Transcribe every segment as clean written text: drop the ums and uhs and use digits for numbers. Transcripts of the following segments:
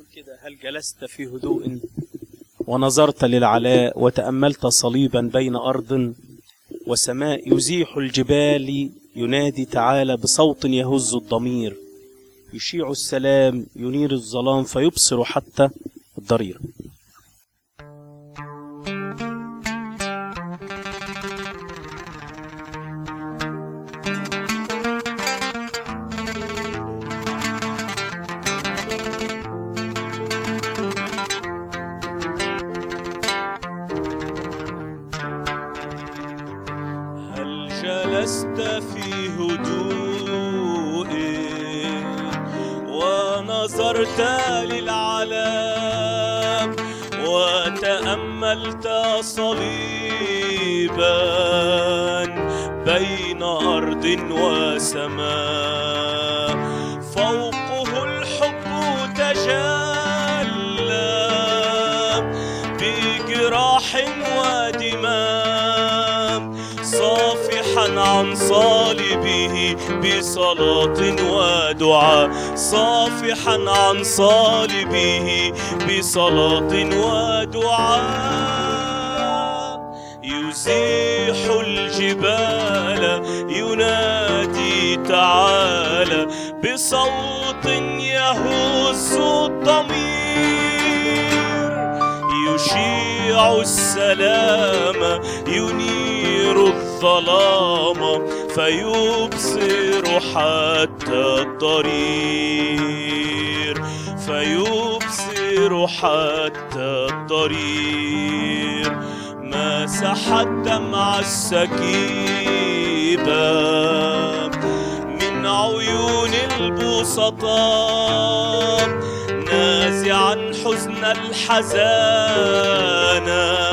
كده: هل جلست في هدوء ونظرت للعلاء وتأملت صليبا بين أرض وسماء يزيح الجبال ينادي تعالى بصوت يهز الضمير يشيع السلام ينير الظلام فيبصر حتى الضرير. جلست في هدوء ونظرت للعالم وتأملت صليبا بين أرض وسماء فوقه الحب تجلى بجراح ودماء صافحا عن صالبه بصلاة ودعاء صافحا عن صالبه بصلاة ودعاء يزيح الجبال ينادي تعالى بصوت يهز الضمير يشيع السلام ينير الظلام فيبصر حتى الضرير فيبصر حتى الضرير مسح الدمع السكيبة من عيون البسطاء نازعا حزن الحزان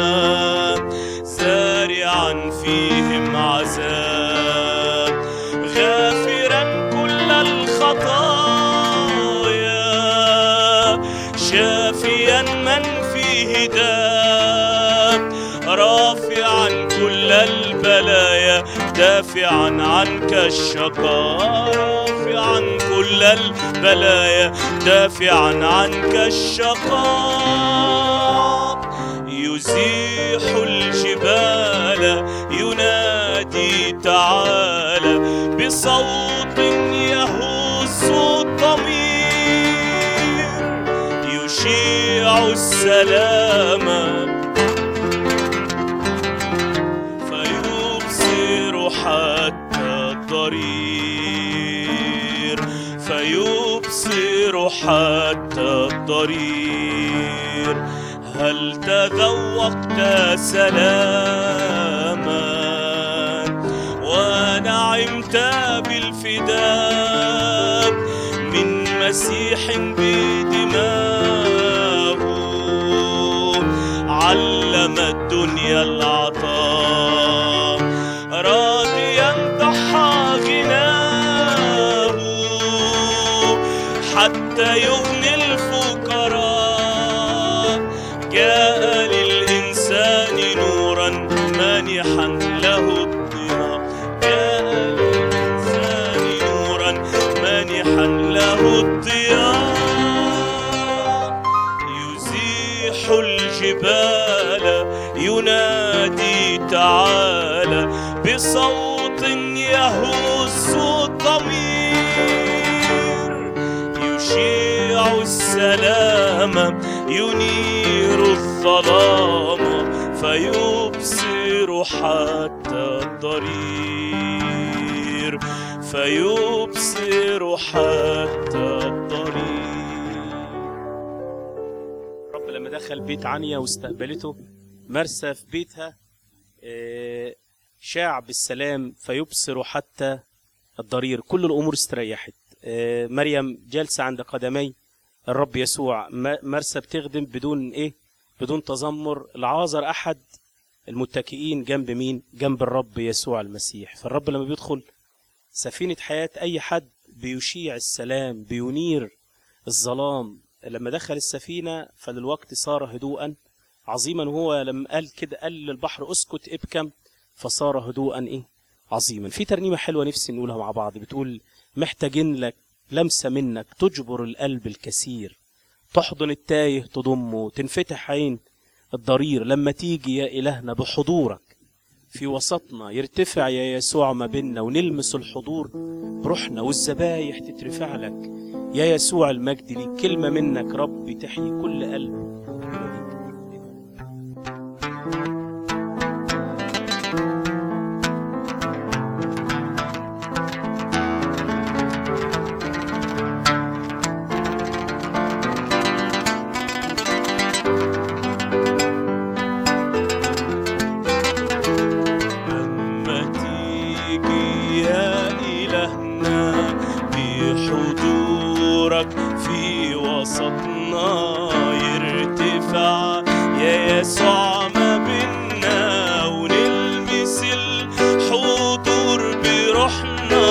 زارعا فيهم عذاب غافرا كل الخطايا شافيا من فيه داء رافعا كل البلايا دافعا عنك الشقاء رافعا كل البلايا دافعا عنك الشقاء يزيح الجبال ينادي تعالى بصوت يهز الضمير يشيع السلام فيبصر حتى الضرير فيبصر حتى الضرير هل تذوقت سلاما ونعمت بالفداء من مسيح بدماءه علم الدنيا العطاء راضيا ضحى غناه حتى يغني الفقراء جاء للإنسان نورا مانحا له الضياء جاء للإنسان نورا مانحا له الضياء يزيح الجبال ينادي تعالى بصوت يهز الضمير يشيع السلام ينير الظلام فيبصر حتى الضرير فيبصر حتى الضرير. رب لما دخل بيت عنيا واستقبلته مرسى في بيتها شاع بالسلام فيبصر حتى الضرير كل الأمور استريحت. مريم جالسة عند قدمي الرب يسوع مرسى بتخدم بدون تذمر. العازر أحد المتكئين جنب مين؟ جنب الرب يسوع المسيح. فالرب لما بيدخل سفينة حياة أي حد بيشيع السلام بينير الظلام. لما دخل السفينة فللوقت صار هدوءا عظيما وهو لما قال كده قال للبحر اسكت ابكم فصار هدوءا عظيما. في ترنيمة حلوة نفسي نقولها مع بعض بتقول محتاجين لك لمسة منك تجبر القلب الكثير تحضن التايه تضمه، تنفتح عين الضرير لما تيجي يا إلهنا بحضورك في وسطنا، يرتفع يا يسوع ما بيننا ونلمس الحضور بروحنا، والذبايح تترفع لك يا يسوع. المجد ليك، كلمة منك ربي تحيي كل قلب. في وسطنا يرتفع يا يسوع ما بينا ونلمس الحضور بروحنا،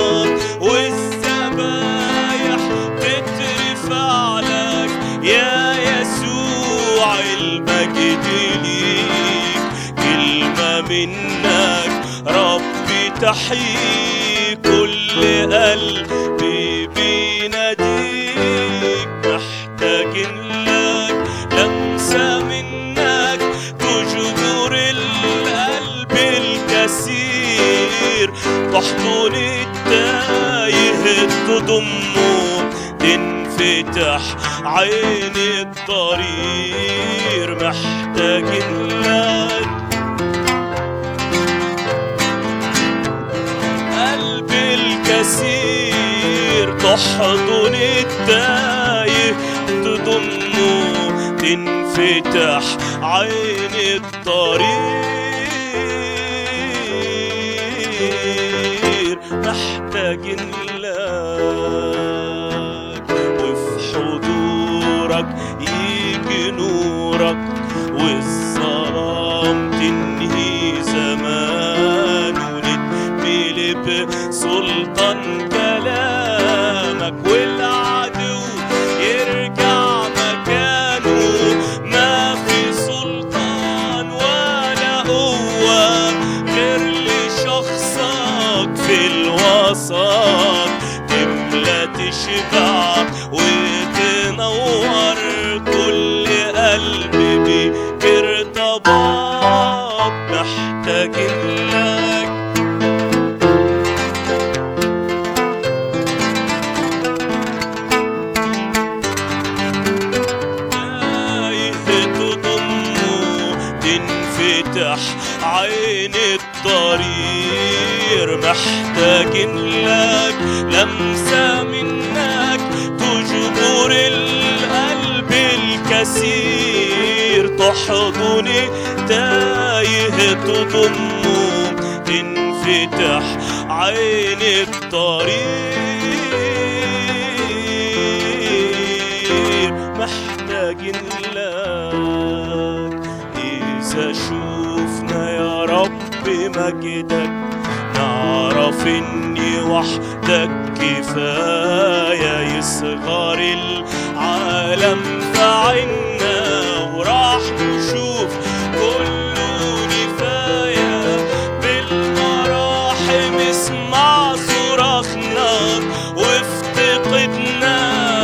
والذبايح تترفع لك يا يسوع. المجد ليك، كلمة منك ربي تحيي كل قلبي بيناديك. محتاجين لك لمسة منك تجبر القلب الكثير، تحضن التايه تضمه، تنفتح عين الضرير. محتاجين لك قلب الكثير، تحضن التايه تضمه، تنفتح عين الضرير. محتاجين لك وفي حضورك يجي نورك، والظلام تنهي زمان، ونتملي بسلطان كلامك، والعدو يرجع مكانه. ما في سلطان ولا قوة غير لشخصك في الوسط، تملى تشبع وتنور كل قلب بيك ارتبط. محتاجين لك تنفتح عين الضرير. محتاجين لك لمسة منك تجبر القلب الكثير، تحضن تايه تضمه، تنفتح عين الضرير. محتاجين لك إذا شوفنا يا رب مجدك، نعرف إني وحدك كفاية. يصغر العالم في عنا وراح نشوف كله نفاية، بالمراحم اسمع صراخنا وافتقدنا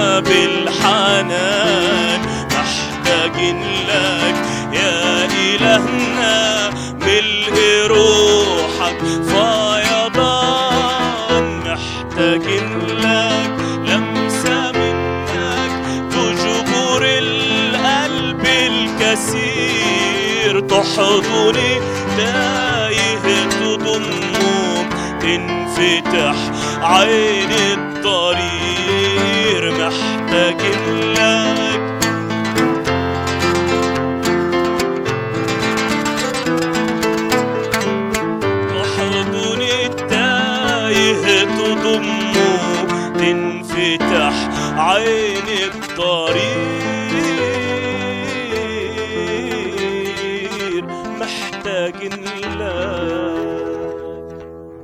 بالحنان. محتاجين لك يا إلهنا، ملء روحك فيضان. محتاجين لك لمسة منك تجبر القلب الكثير، تحضن تايه تضمه، تنفتح عين الضرير. محتاجين لك تضمه، تنفتح عين الضرير. محتاجين لك.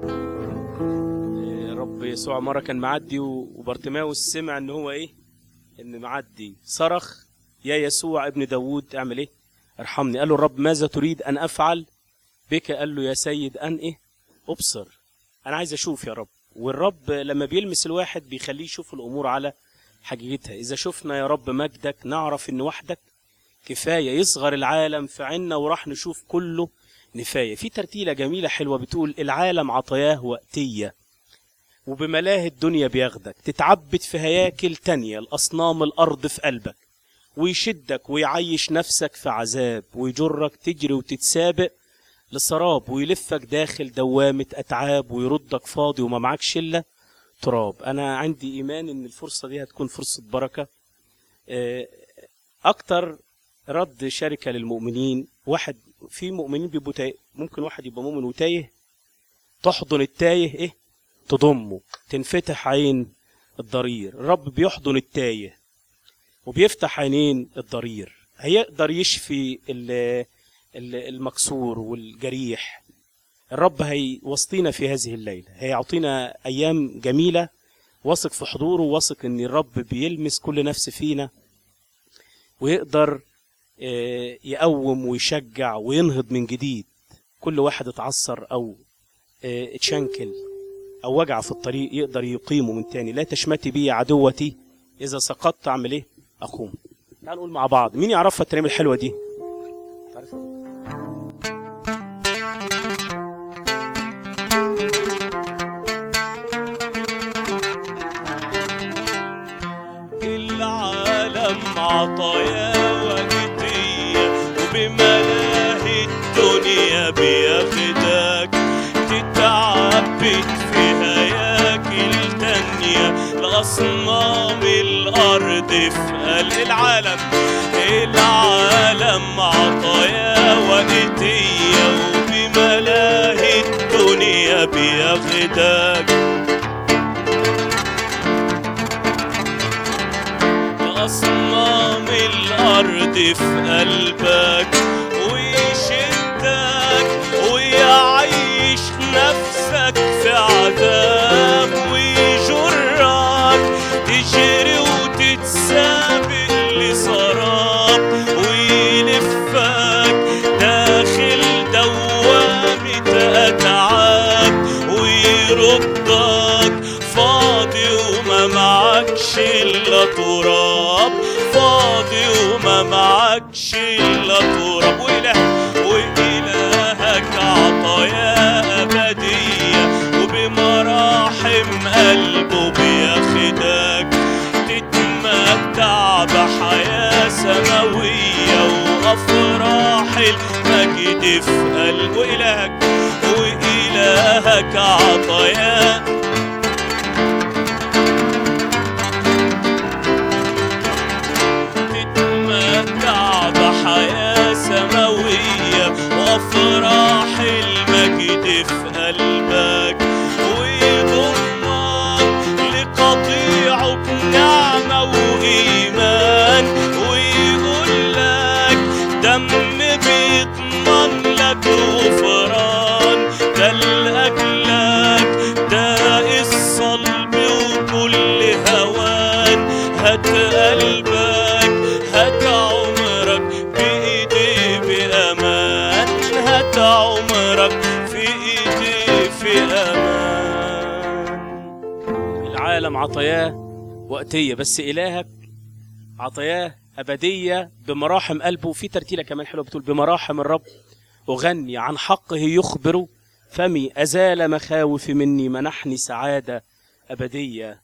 رب يسوع مرة كان معدي وبرتماوس سمع ان هو ايه، ان معدي، صرخ يا يسوع ابن داود اعمل ايه، ارحمني. قال له الرب ماذا تريد ان افعل بك؟ قال له يا سيد ان ايه، ابصر. انا عايز اشوف يا رب. والرب لما بيلمس الواحد بيخليه يشوف الامور على حقيقتها. إذا شفنا يا رب مجدك نعرف إن وحدك كفاية، يصغر العالم في عنا وراح نشوف كله نفاية. في ترتيلة جميلة حلوة بتقول العالم عطاياه وقتية وبملاهي الدنيا بياخدك، تتعبد في هياكل تانية الأصنام الأرض في قلبك، ويشدك ويعيش نفسك في عذاب، ويجرك تجري وتتسابق لسراب، ويلفك داخل دوامة أتعاب، ويردك فاضي وما معاك شلة تراب. أنا عندي إيمان إن الفرصة دي هتكون فرصة بركة. أكتر رد شركة للمؤمنين، واحد في مؤمنين بيبقوا تايه، ممكن واحد يبقى مؤمن وتايه، تحضن التايه إيه؟ تضمه، تنفتح عين الضرير. الرب بيحضن التايه وبيفتح عينين الضرير، هيقدر يشفي المكسور والجريح. الرب هيوسطينا في هذه الليلة، هيعطينا أيام جميلة، واثق في حضوره، واثق إن الرب بيلمس كل نفس فينا ويقدر يقوم ويشجع وينهض من جديد كل واحد اتعثر أو اتشنكل أو وجع في الطريق، يقدر يقيمه من تاني. لا تشمتي بي عدوتي، إذا سقطت أعمل إيه؟ أقوم. تعال نقول مع بعض، مين يعرفها الترنيمة الحلوة دي؟ العالم عطايا وقتية وبملاهي الدنيا بياخدك، تتعبد في هياكل تانية لأصنام الأرض في قلب العالم. العالم عطايا وقتية وبملاهي الدنيا بياخدك، أصنام الأرض في قلبك، ويشدك ويعيش نفسك في عذاب، ويجرك تجري وتتسابق لسراب، ويلفك داخل دوامة أتعاب، ويردك فاضي وما معكش إلا تراب، فاضي وما معكش إلا تراب. وإلهك عطايا أبدية وبمراحم قلبه بياخدك، تتمتع بحياة سماوية وأفراح المجد في قلبه. وإلهك عطايا بحياة سماوية وأفراح المجد في قلبك، ويضمك لقطيعه بنعمة وإيمان، ويقولك دم بيضمن لك غفران، ده لأجلك ده الصلب وكل هوان، هات قلبك هات عمرك بإيدي بأمان، هات عمرك في إيدي في أمان. العالم عطاياه وقتية، بس إلهك عطاياه أبدية بمراحم قلبه. في ترتيلة كمان حلوة بتقول بمراحم الرب أغني، عن حقه يخبر فمي، أزال مخاوف مني، منحني سعادة أبدية.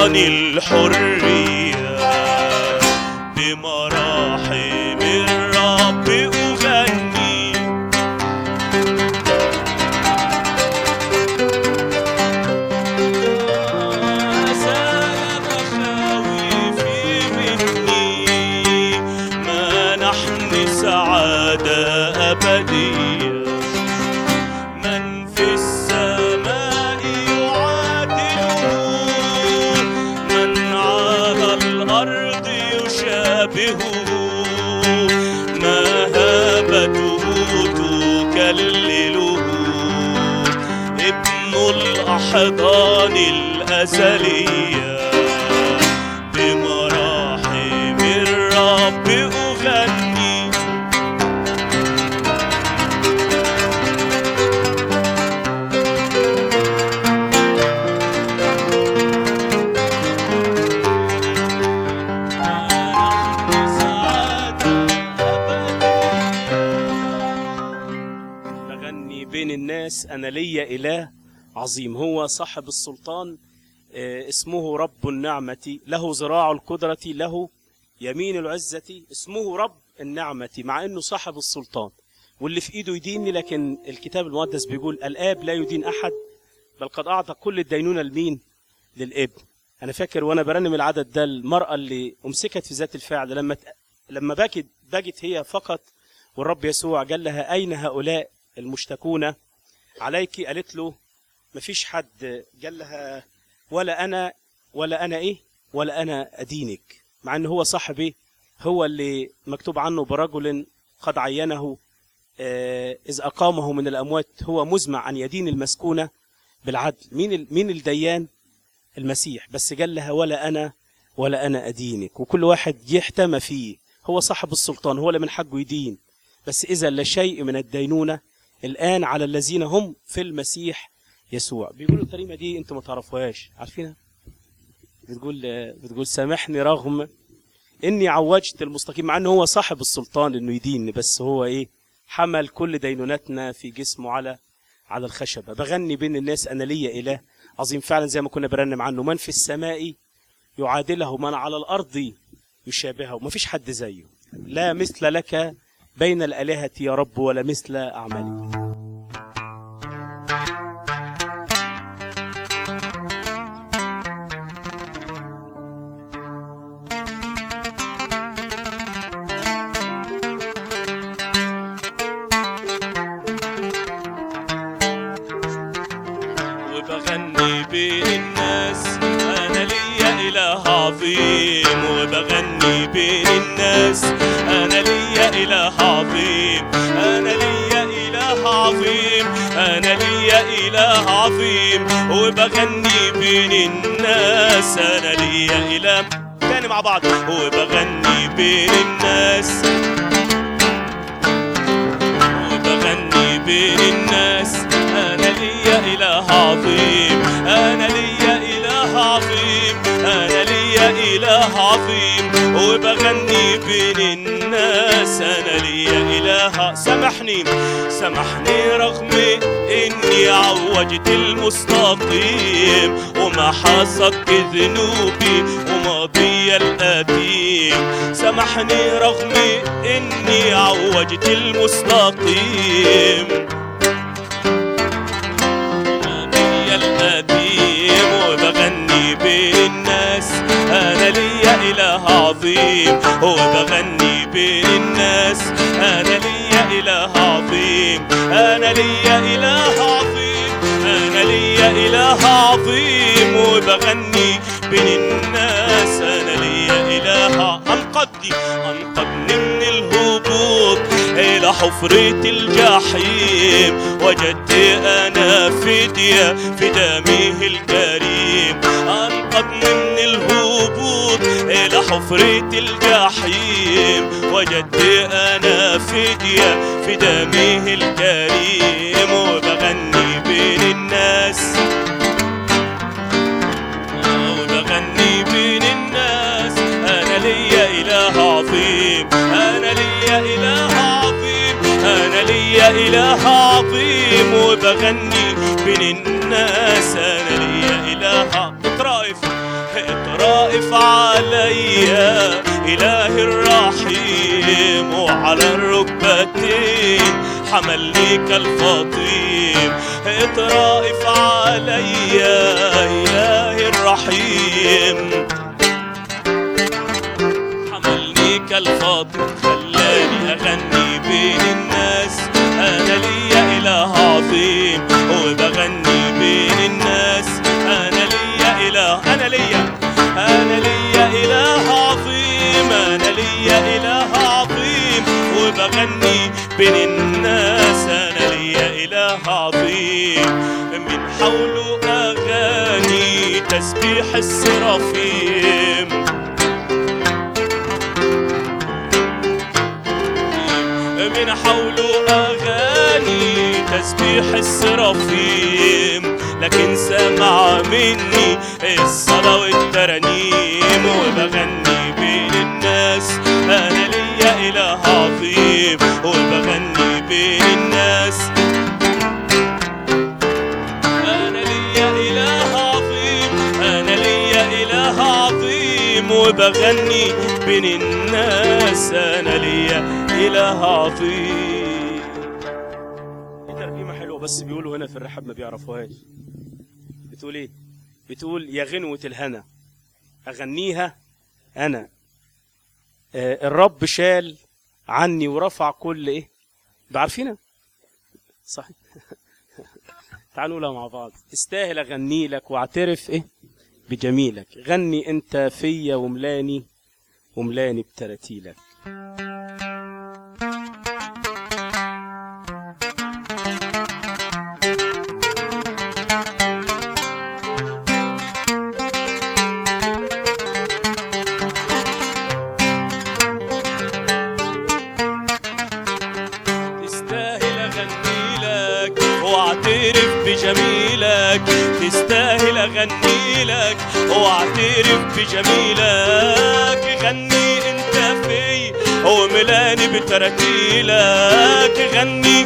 أحضان الحرية بمراحم الرب أغني. زال مخاوفي مني، منحني سعادة أبدية. من في السماء يعادله، من على الأرض يشابهه، مهابته تكلله، ابن الأحضان الأزلية بمراحم الرب أغني. بغني بين الناس أنا لي إله عظيم، هو صاحب السلطان، اسمه رب النعمة، له ذراع القدرة، له يمين العزة، اسمه رب النعمة، مع أنه صاحب السلطان واللي في إيده يديني. لكن الكتاب المقدس بيقول الآب لا يدين أحد، بل قد أعطى كل الدينونة لمين؟ للابن. أنا فاكر وأنا برنم العدد ده المرأة اللي أمسكت في ذات الفعل لما بكت هي فقط، والرب يسوع قال لها أين هؤلاء المشتكون عليك؟ قالت له مفيش حد. قال لها ولا أنا إيه؟ ولا أنا أدينك. مع أنه هو صاحب إيه؟ هو اللي مكتوب عنه برجل قد عينه إذ أقامه من الأموات، هو مزمع أن يدين المسكونة بالعدل. مين الديان؟ المسيح. بس قال لها ولا أنا أدينك. وكل واحد يحتمى فيه، هو صاحب السلطان، هو اللي من حقه يدين. بس إذا لا شيء من الدينونة الآن على الذين هم في المسيح يسوع. بيقولوا الكلمة دي أنتم ما تعرفوهاش، عارفينها؟ بتقول سامحني رغم إني عوجت المستقيم، مع أنه هو صاحب السلطان إنه يدين، بس هو إيه؟ حمل كل دينونتنا في جسمه على الخشبة. بغني بين الناس أنا لي إله عظيم، فعلا زي ما كنا برنم عنه، من في السماء يعادله، من على الأرض يشابهه، ما فيش حد زيه. لا مثل لك بين الآلهة يا رب، ولا مثل أعمالك. وبغني بين الناس أنا لي إله عظيم، وبغني بين الناس أنا لي إله عظيم، أنا لي إله عظيم، أنا لي إله عظيم. وبغني بين الناس أنا لي إله، تاني مع بعض. وبغني بين الناس، وبغني بين الناس أنا لي إله عظيم، أنا لي إله عظيم، أنا لي إله عظيم. وبغني بين الناس أنا لي إله. سامحني رغم إني عوجت المستقيم، وما حصدت ذنوبي وماضي القديم. سامحني رغم إني عوجت المستقيم وماضي القديم. وبغني بين الناس أنا لي إله عظيم، وبغني بين الناس أنا لي إله عظيم، أنا لي إله عظيم، أنا لي إله عظيم. وبغني بين الناس أنا لي إله. أنقذني من الهبوط إلى حفرة الجحيم، وجدت أنا فدية في دمه الكريم. أنقذني من الهبوط إلى حفرة الجحيم، وجدت أنا فدية في دمه الكريم. وبغني بين الناس، وبغني بين الناس أنا لي إله عظيم، أنا لي إله عظيم، أنا لي إله عظيم. وبغني بين الناس أنا لي إله. اترائف اترائف عليا إلهي الرحيم، وعلى الركبتين حملني كالفطيم. اترائف عليا إلهي الرحيم، حملني كالفطيم، خلاني أغني بين الناس. أنا ليا إله عظيم وبغني بين الناس. أنا ليا إله، أنا ليا إله عظيم، أنا ليا إله عظيم وبغني بين الناس. أنا ليا إله عظيم، من حوله أغاني تسبيح السرافيم. من حوله أغاني تسبيح السرافيم، لكن سمع مني الصلاة والترانيم وبغني بين الناس. أنا ليا إله عظيم وبغني بين الناس. أنا ليا إله عظيم، أنا ليا إله عظيم وبغني بين الناس. أنا ليا إله عظيم. في ترجمة حلوة بس بيقولوا هنا في الرحاب ما بيعرفوهاش. بتقول ايه؟ بتقول يا غنوة الهنا أغنيها أنا، الرب شال عني ورفع كل ايه؟ بعرفينها صحيح. تعالوا نقولها مع بعض. تستاهل أغني لك واعترف ايه؟ بجميلك. غني انت فيا وملاني بتراتيلك. بجميلك، تستاهل أغني لك واعترف بجميلك. غني انت في وملاني بتراتيلك، غني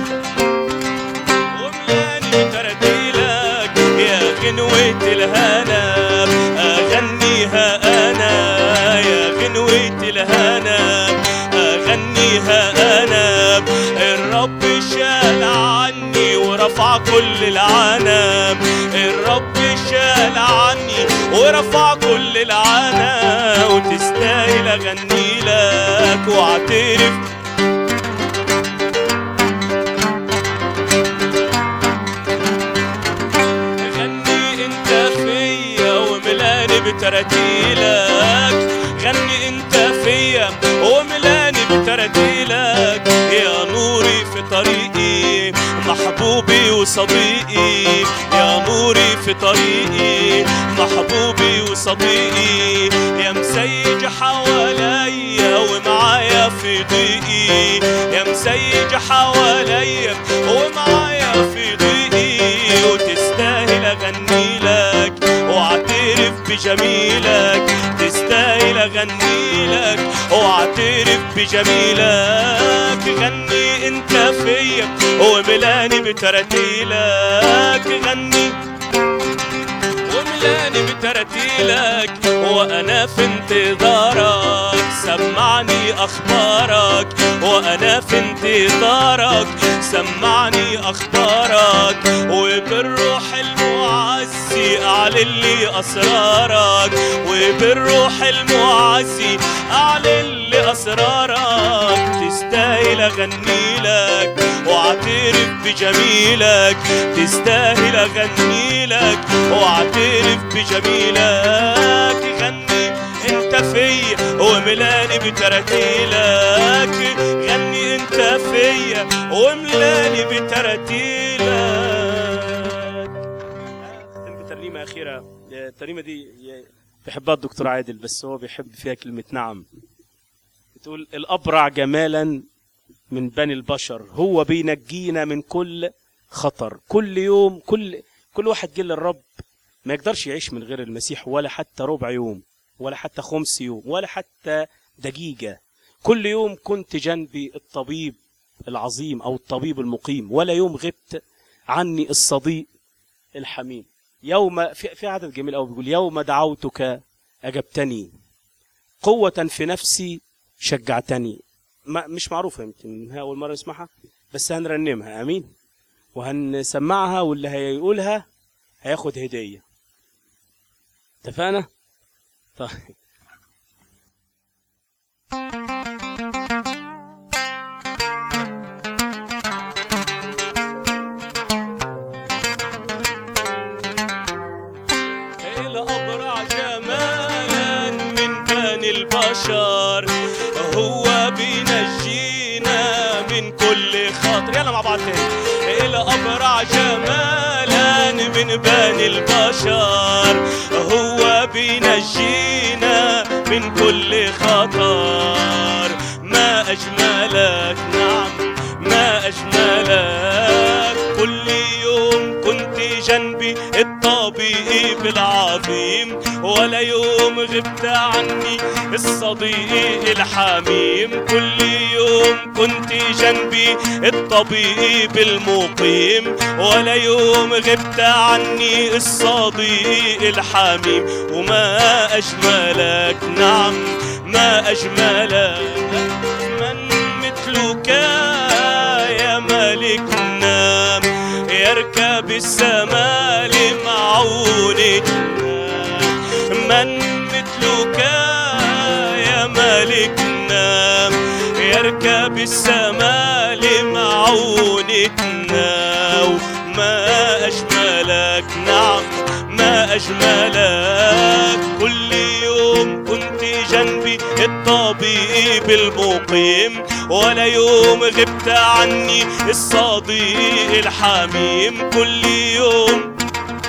وملاني بتراتيلك. يا غنوة الهنا أغنيها أنا، يا غنوة الهنا أغنيها أنا. الرب شال عني ورفع كل العنام، الرب شال عني ورفع كل العنام. وتستاهل أغني لك واعترف. غني انت فيا وملاني بتراتيلك، غني انت فيا وملاني بتراتيلك. يا نوري في طريقي محبوبي وصديقي، يا نوري في طريقي محبوبي وصديقي. يا مسيج حواليا ومعايا في ضيقي، يا مسيج حواليا ومعايا في ضيقي. وتستاهل أغني لك واعترف بجميلك، تستاهل أغني لك واعترف بجميلك. غني انت فيا وملاني بتراتيلك، غني وملاني بتراتيلك. وانا في انتظارك سمعني اخبارك، وانا في انتظارك سمعني اخبارك. وبالروح المعزي اعلن لي اسرارك، وبالروح المعزي اعلن لي اسرارك. تستاهل اغني لك واعترف بجميلك، تستاهل اغني لك واعترف بجميلك. غني انت فيا وملاني بتراتيلك، غني انت فيا وملاني بتراتيلك. بترنيمة أخيرة. الترنيمة دي بيحبها الدكتور عادل، بس هو بيحب فيها كلمة نعم. بتقول الأبرع جمالا من بني البشر هو بينجينا من كل خطر. كل يوم كل واحد جه للرب ما يقدرش يعيش من غير المسيح، ولا حتى ربع يوم، ولا حتى خمس يوم، ولا حتى دقيقة. كل يوم كنت جنبي الطبيب العظيم أو الطبيب المقيم، ولا يوم غبت عني الصديق الحميم. يوم في عدد جميل قوي بيقول يوم دعوتك أجبتني، قوة في نفسي شجعتني. مش معروفة، يمكن أول مرة نسمعها، بس هنرنمها. أمين. وهنسمعها، واللي هيقولها هياخد هدية. اتفقنا؟ طيب. الأبرع جمالا من بني البشر، هو بينجينا من كل خطر. يلا مع بعض تاني. الأبرع جمالا من بني البشر، هو بينجينا من كل خطر. ما أجملك، نعم ما أجملك، كل يوم كنت جنبي الطبيب العظيم، ولا يوم غبت عني الصديق الحميم. كل يوم كنت جنبي الطبيب المقيم، ولا يوم غبت عني الصديق الحميم. وما أجملك، نعم ما أجملك، من مثلك يا ملكنا، يركب السماء لمعونتنا. من مثلك يا ملكنا، يركب السماء لمعونتنا. وما أجملك، نعم ما أجملك، كل يوم كنت جنبي الطبيب المقيم، ولا يوم غبت عني الصديق الحميم. كل يوم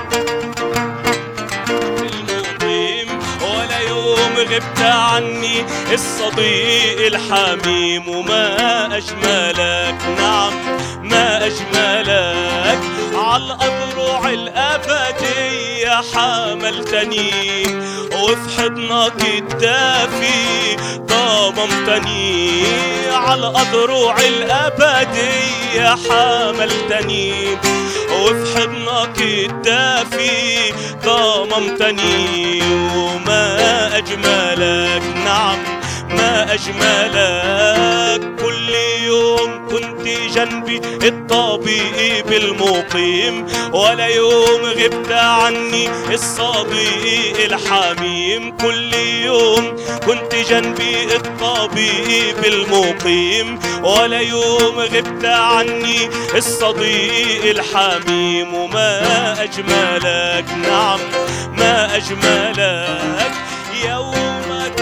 المقيم، ولا يوم غبت عني الصديق الحميم. وما أجملك، نعم ما أجملك، على الأضرع الأبدية حملتني، وفي حضنك الدافي ضممتني. على الأضرع الأبدية حملتني، وفي حضنك الدافي ضممتني. وما أجملك، نعم ما أجملك، كل يوم كنت جنبي الطبيب المقيم، ولا يوم غبت عني الصديق الحميم. كل يوم كنت جنبي الطبيب المقيم، ولا يوم غبت عني الصديق الحميم. وما أجملك، نعم ما أجملك، يوم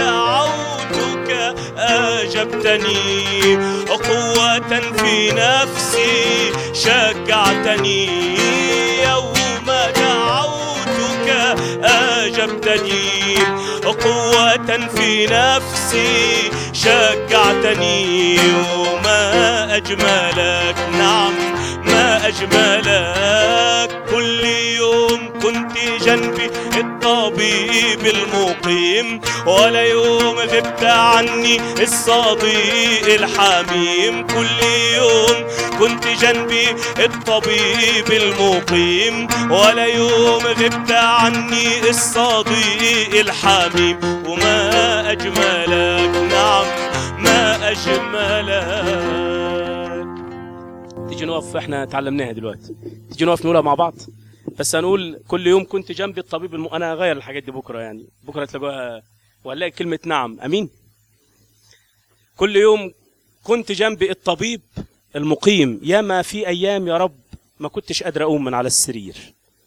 دعوتك أجبتني، قوة في نفسي شجعتني. يوم دعوتك أجبتني، قوة في نفسي شجعتني. وما أجملك، نعم ما أجملك، كل يوم كنت جنبي الطبيب المقيم، ولا يوم غبت عني الصديق الحميم. كل يوم كنت جنبي الطبيب المقيم، ولا يوم غبت عني الصديق الحميم. وما أجملك، نعم ما أجملك. تيجي نقف، احنا اتعلمناها دلوقتي، تيجي نقف نقولها مع بعض. بس هنقول كل يوم كنت جنبي الطبيب انا هغير الحاجات دي بكره، يعني بكره تلاقوها وهنلاقي كلمه نعم. امين. كل يوم كنت جنبي الطبيب المقيم، ياما في ايام يا رب ما كنتش قادر اقوم من على السرير.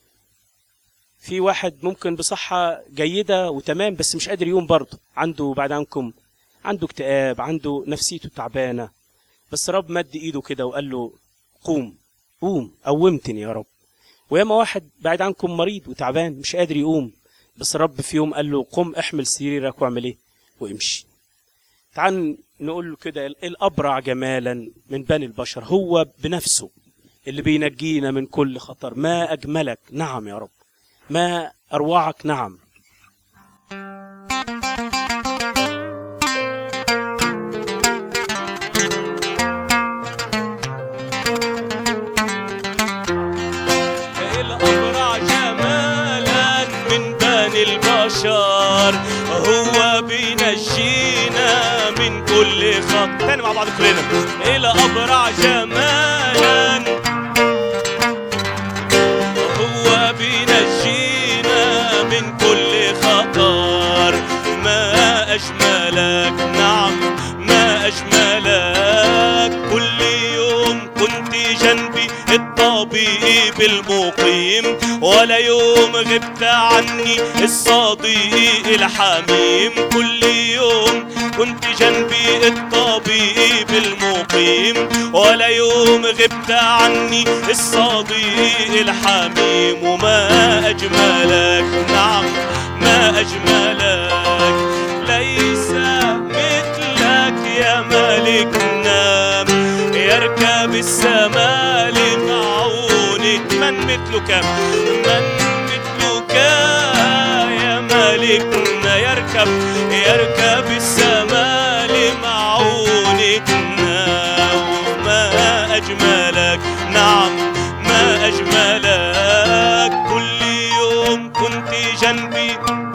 في واحد ممكن بصحه جيده وتمام بس مش قادر يقوم برضه، عنده بعد عنكم عنده اكتئاب، عنده نفسيته تعبانه، بس رب مد ايده كده وقال له قوم قوم، قومتني يا رب. وياما واحد بعد عنكم مريض وتعبان مش قادر يقوم، بس رب في يوم قال له قم احمل سريرك واعمل ايه وامشي. تعال نقول له كده، الأبرع جمالا من بني البشر، هو بنفسه اللي بينجينا من كل خطر. ما أجملك، نعم يا رب، ما أروعك، نعم. الأبرع جمالا من بني بني البشر، هو بينجينا من كل خطر. تاني مع بعض كلنا. إلى أبرع جمالا هو بينجينا من كل خطر. ما أجملك، نعم ما أجملك، كل يوم كنت جنبي الطبيب المقيم، ولا يوم غبت عني الصديق الحميم. كل يوم كنت جنبي الطبيب المقيم، ولا يوم غبت عني الصديق الحميم. وما أجملك، نعم ما أجملك، ليس مثلك يا ملكنا، يركب السماء لمعونك. من مثلك، من مثلك يا ملكنا، يركب السماء لمعونكنا. وما أجملك، نعم ما أجملك، كل يوم كنت جنبي،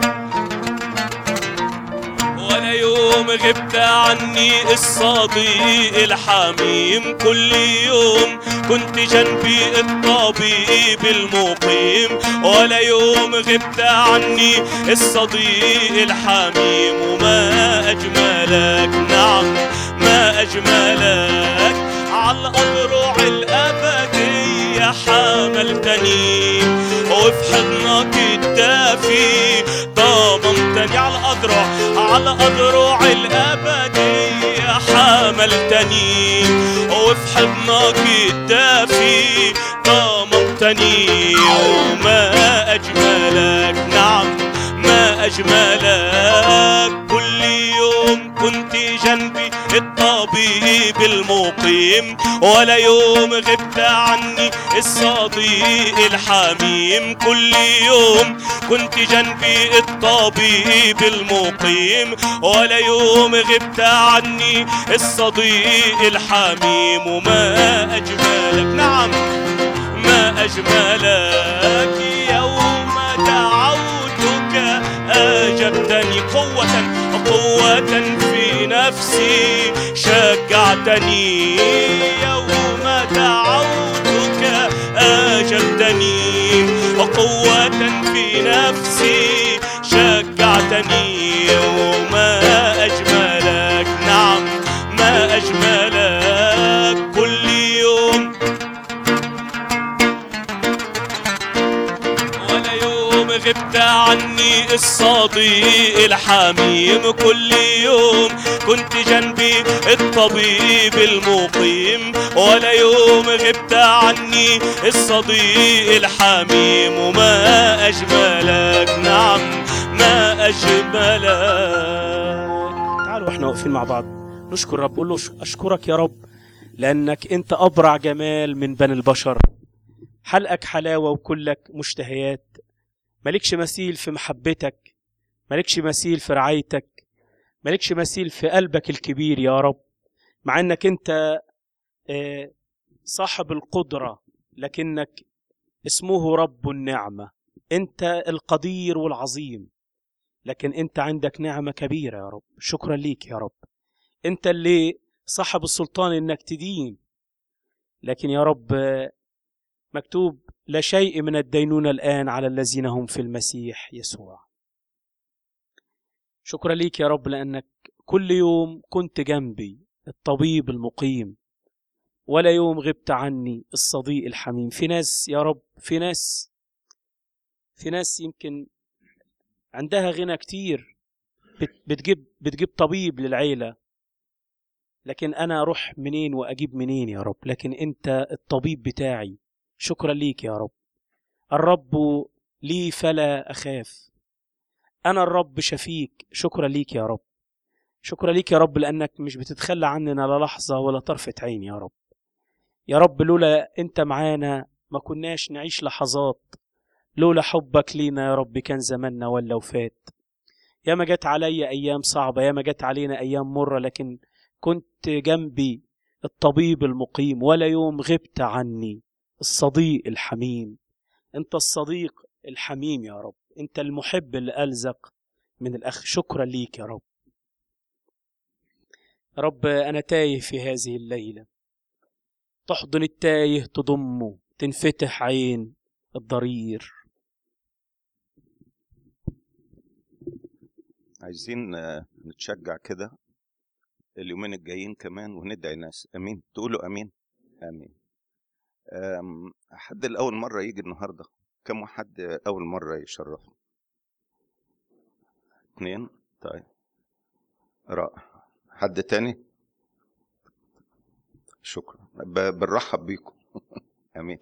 ولا يوم غبت عني الصديق الحميم. كل يوم كنت جنبي الطبيب المقيم، ولا يوم غبت عني الصديق الحميم. وما أجملك، نعم ما أجملك، على الأضرع الأبدية حملتني، وفي حضنك الدافي ضممتني. على أضرع الأبدية حملتني، وفي حضنك الدافي ضممتني. وما أجملك، نعم ما أجملك، كل يوم كنت جنبي الطبيب المقيم، ولا يوم غبت عني الصديق الحميم. كل يوم كنت جنبي الطبيب المقيم، ولا يوم غبت عني الصديق الحميم. وما أجملك، نعم ما أجملك، يوم دعوتك أجبتني، قوة في نفسي شجعتني. يوم دعوتك أجبتني، قوة في نفسي شجعتني. وما أجملك، نعم ما أجملك، كل يوم ولا يوم غبت عني الصديق الحميم. كل يوم كنت جنبي الطبيب المقيم، ولا يوم غبت عني الصديق الحميم. وما أجملك، نعم ما أجملك. تعالوا احنا واقفين مع بعض نشكر رب، قول له أشكرك يا رب لأنك أنت أبرع جمال من بني البشر، حلقك حلاوة وكلك مشتهيات، مالكش مثيل في محبتك، مالكش مثيل في رعايتك، مالكش مثيل في قلبك الكبير يا رب. مع أنك أنت صاحب القدرة، لكنك اسمه رب النعمة، أنت القدير والعظيم، لكن أنت عندك نعمة كبيرة يا رب. شكرا ليك يا رب، أنت اللي صاحب السلطان إنك تدين، لكن يا رب مكتوب لا شيء من الدينونة الآن على الذين هم في المسيح يسوع. شكرا ليك يا رب لأنك كل يوم كنت جنبي الطبيب المقيم، ولا يوم غبت عني الصديق الحميم. في ناس يا رب، في ناس يمكن عندها غنى كتير، بتجيب طبيب للعيلة، لكن أنا أروح منين وأجيب منين يا رب؟ لكن أنت الطبيب بتاعي. شكرا ليك يا رب. الرب لي فلا أخاف، أنا الرب شفيك. شكرا ليك يا رب، شكرا ليك يا رب لأنك مش بتتخلى عننا لا لحظة ولا طرفة عين يا رب. يا رب لولا أنت معانا ما كناش نعيش لحظات، لولا حبك لينا يا رب كان زماننا ولا وفات. يا ما جت علي أيام صعبة، يا ما جت علينا أيام مرة، لكن كنت جنبي الطبيب المقيم، ولا يوم غبت عني الصديق الحميم. أنت الصديق الحميم يا رب، انت المحب اللي ألزق من الأخ. شكرا ليك يا رب. رب أنا تايه في هذه الليلة، تحضن التايه تضمه، تنفتح عين الضرير. عايزين نتشجع كده اليومين الجايين كمان وندعي ناس. امين، تقولوا امين. امين. حد الاول مره يجي النهارده؟ كم واحد اول مره يشرف؟ 2. طيب رائع. حد تاني؟ شكرا، بنرحب بيكم. امين.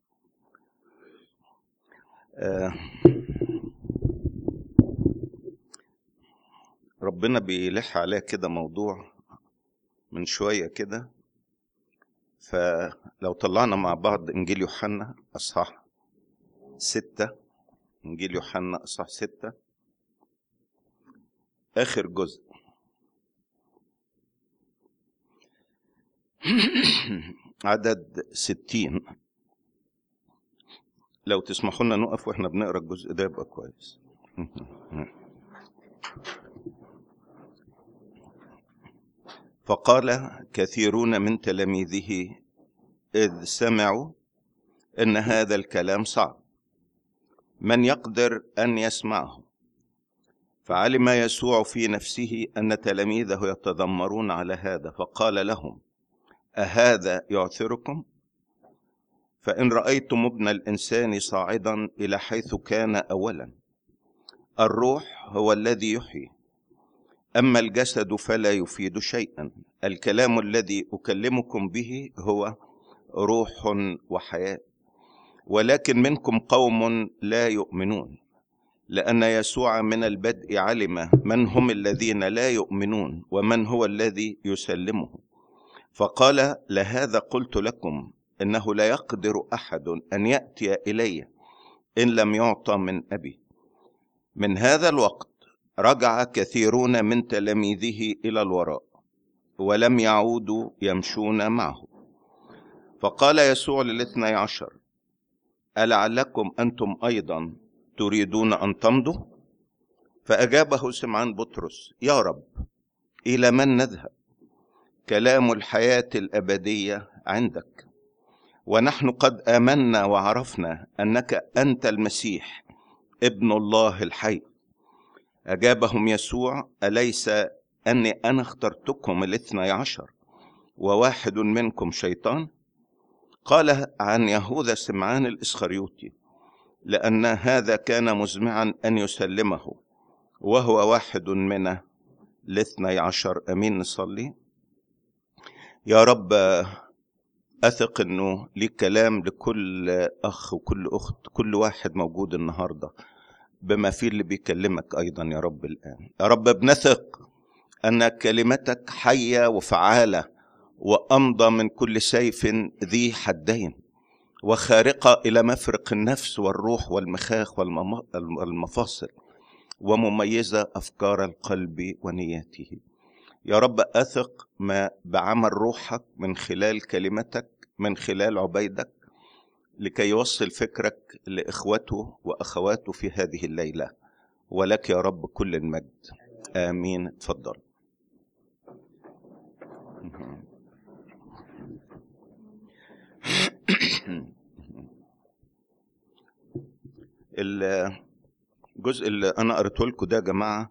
ربنا بيلح عليه كده موضوع من شويه كده، فلو طلعنا مع بعض انجيل يوحنا اصحاح 6. انجيل يوحنا اصحاح 6 اخر جزء. عدد 60. لو تسمحوا لنا نقف واحنا بنقرا الجزء ده يبقى كويس. فقال كثيرون من تلاميذه إذ سمعوا إن هذا الكلام صعب، من يقدر أن يسمعه؟ فعلم يسوع في نفسه أن تلاميذه يتذمرون على هذا، فقال لهم: أهذا يعثركم؟ فإن رأيتم ابن الإنسان صاعدا إلى حيث كان أولا، الروح هو الذي يحيي، أما الجسد فلا يفيد شيئا. الكلام الذي أكلمكم به هو روح وحياة، ولكن منكم قوم لا يؤمنون. لأن يسوع من البدء علم من هم الذين لا يؤمنون ومن هو الذي يسلمه، فقال: لهذا قلت لكم إنه لا يقدر أحد أن يأتي إلي إن لم يعطى من أبي. من هذا الوقت رجع كثيرون من تلاميذه إلى الوراء ولم يعودوا يمشون معه. فقال يسوع لل12: ألعلكم أنتم أيضا تريدون أن تمضوا؟ فأجابه سمعان بطرس: يا رب، إلى من نذهب؟ كلام الحياة الأبدية عندك، ونحن قد آمنا وعرفنا أنك أنت المسيح ابن الله الحي. أجابهم يسوع: أليس أني أنا اخترتكم 12 وواحد منكم شيطان؟ قال عن يهوذا سمعان الإسخريوطي، لأن هذا كان مزمعا أن يسلمه، وهو واحد من 12. أمين. نصلي. يا رب، أثق أنه ليك كلام لكل أخ وكل أخت، كل واحد موجود النهاردة، بما فيه اللي بيكلمك أيضا يا رب. الآن يا رب بنثق أن كلمتك حية وفعالة وأمضى من كل سيف ذي حدين، وخارقة إلى مفرق النفس والروح والمخاخ والمفاصل، ومميزة أفكار القلب ونياته. يا رب أثق ما بعمل روحك من خلال كلمتك، من خلال عبيدك، لكي يوصل فكرك لإخوته وأخواته في هذه الليلة، ولك يا رب كل المجد. آمين. تفضل. الجزء اللي أنا قريته لكم ده يا جماعة،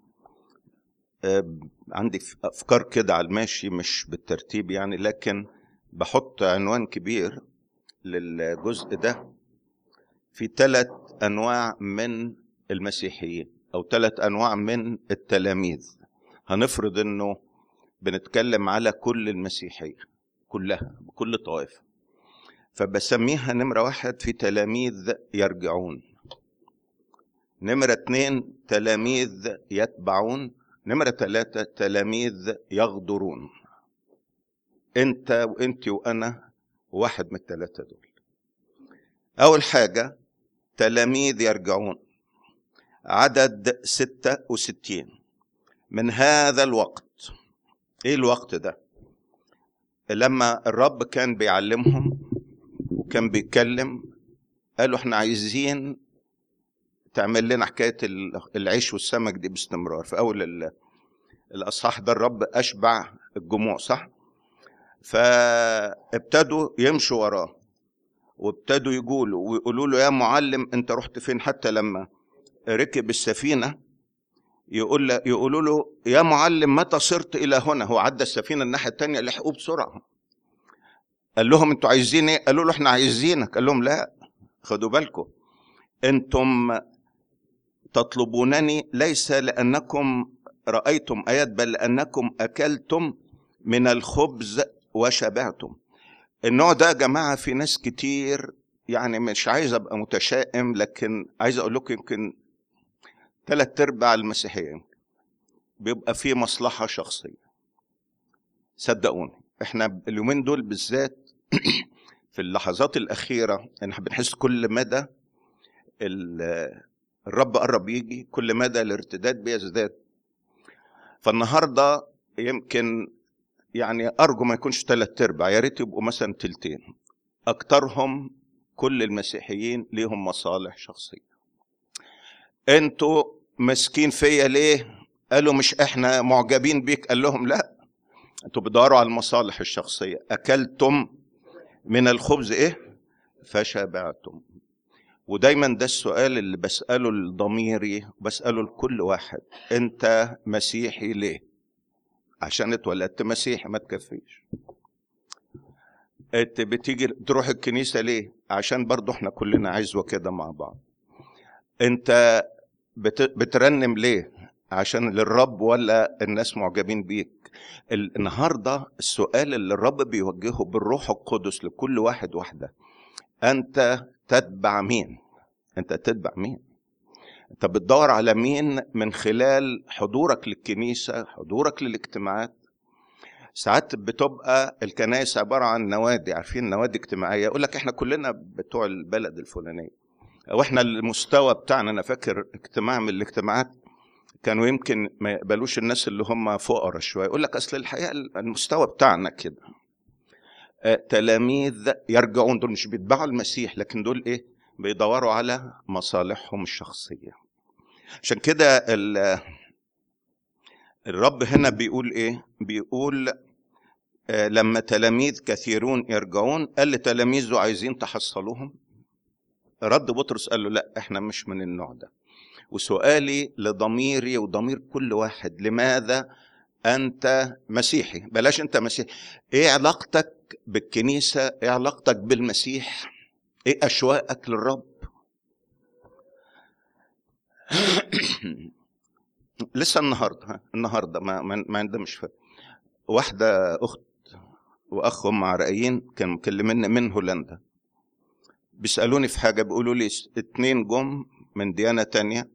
عندي أفكار كده على الماشي، مش بالترتيب يعني، لكن بحط عنوان كبير للجزء ده في 3 أنواع من المسيحيين، أو 3 أنواع من التلاميذ. هنفرض أنه بنتكلم على كل المسيحية كلها بكل طائفة، فبسميها نمرة 1 في تلاميذ يرجعون، نمرة 2 تلاميذ يتبعون، نمرة 3 تلاميذ يغدرون. انت وانت وانا واحد من ال3 دول. اول حاجة تلاميذ يرجعون، عدد 66. من هذا الوقت، ايه الوقت ده؟ لما الرب كان بيعلمهم وكان بيتكلم، قالوا احنا عايزين تعمل لنا حكاية العيش والسمك دي باستمرار. في أول الأصحاح ده الرب أشبع الجموع، صح؟ فابتدوا يمشوا وراه وابتدوا يقولوا له يا معلم أنت رحت فين؟ حتى لما ركب السفينة يقولوا له يا معلم متى صرت إلى هنا؟ هو عدى السفينة الناحية التانية، لحقوه بسرعة. قال لهم انتوا عايزين ايه؟ قالوا له احنا عايزينك. قال لهم لا، خدوا بالكم، انتم تطلبونني ليس لأنكم رأيتم آيات، بل لأنكم أكلتم من الخبز وشبعتم. النوع ده يا جماعة في ناس كتير، يعني مش عايز أبقى متشائم، لكن عايز أقول لكم يمكن 3/4 المسيحيين بيبقى فيه مصلحة شخصية. صدقوني احنا اليومين دول بالذات في اللحظات الأخيرة احنا بنحس كل مدى الرب قرب يجي، كل مدى الارتداد بيزداد. فالنهاردة يمكن يعني أرجو ما يكونش 3/4، يا ريت يبقوا مثلا 2/3. أكترهم كل المسيحيين ليهم مصالح شخصية. انتوا مسكين فيا ليه؟ قالوا مش احنا معجبين بيك. قال لهم لا، انتوا بتدوروا على المصالح الشخصية. أكلتم من الخبز ايه؟ فشبعتم. ودايما ده السؤال اللي بسأله لضميري، بسأله لكل واحد، انت مسيحي ليه؟ عشان اتولدت مسيحي ما تكفيش. انت بتيجي تروح الكنيسة ليه؟ عشان برضو احنا كلنا عزوة كده مع بعض. انت بترنم ليه؟ عشان للرب ولا الناس معجبين بيك؟ النهاردة السؤال اللي الرب بيوجهه بالروح القدس لكل واحد واحدة، أنت تتبع مين؟ أنت تتبع مين؟ أنت بتدور على مين من خلال حضورك للكنيسة، حضورك للاجتماعات؟ ساعات بتبقى الكنائس عبارة عن نوادي، عارفين نوادي اجتماعية، يقول لك احنا كلنا بتوع البلد الفلانية، أو احنا المستوى بتاعنا. أنا فاكر اجتماع من الاجتماعات كانوا يمكن ما يقبلوش الناس اللي هم فقراء شوية، يقول لك أصل الحقيقة المستوى بتاعنا كده. تلاميذ يرجعون، دول مش بيتبعوا المسيح، لكن دول ايه؟ بيدوروا على مصالحهم الشخصية. عشان كده الرب هنا بيقول ايه؟ بيقول لما تلاميذ كثيرون يرجعون، قال لتلاميذه عايزين تحصلوهم؟ رد بطرس قال له لا، احنا مش من النوع ده. وسؤالي لضميري وضمير كل واحد، لماذا أنت مسيحي؟ بلاش أنت مسيحي، إيه علاقتك بالكنيسة؟ إيه علاقتك بالمسيح؟ إيه أشواقك للرب؟ لسه النهاردة ما عندهمش فرق. واحدة أخت وأخ هم عراقيين كانوا مكلمين من هولندا، بيسألوني في حاجة، بيقولوا لي 2 جم من ديانة تانية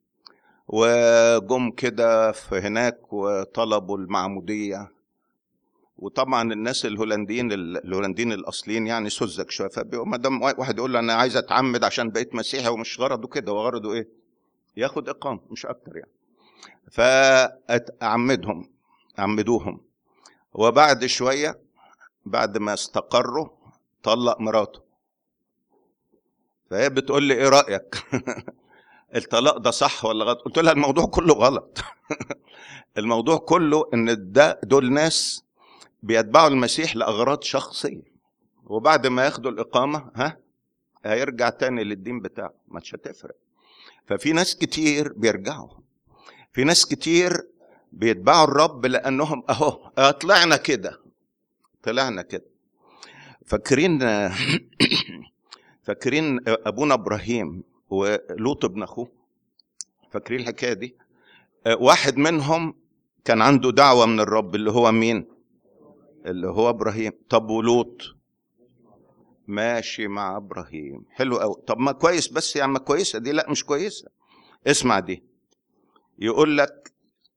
وجم كده في هناك وطلبوا المعمودية. وطبعا الناس الهولنديين الأصليين يعني سذج شوية، فما دام واحد يقول له أنا عايز أتعمد عشان بقيت مسيحي، ومش غرضه كده، وغرضه إيه؟ ياخد إقامة مش أكتر يعني. عمدوهم، وبعد شوية بعد ما استقروا طلق مراته. فهي بتقول لي إيه رأيك؟ الطلاق ده صح ولا غلط؟ قلت لها الموضوع كله غلط. الموضوع كله ان دول ناس بيتبعوا المسيح لأغراض شخصية، وبعد ما ياخدوا الإقامة هيرجع تاني للدين بتاعه، مش هتفرق. ففي ناس كتير بيرجعوا، في ناس كتير بيتبعوا الرب لأنهم طلعنا كده. فاكرين أبونا إبراهيم ولوط ابن أخوه؟ فاكرين الحكاية دي؟ واحد منهم كان عنده دعوة من الرب، اللي هو مين؟ اللي هو إبراهيم. طب ولوط ماشي مع إبراهيم، حلو قوي. طب ما كويس، بس يعني ما كويسة دي؟ لا مش كويسة. اسمع دي، يقول لك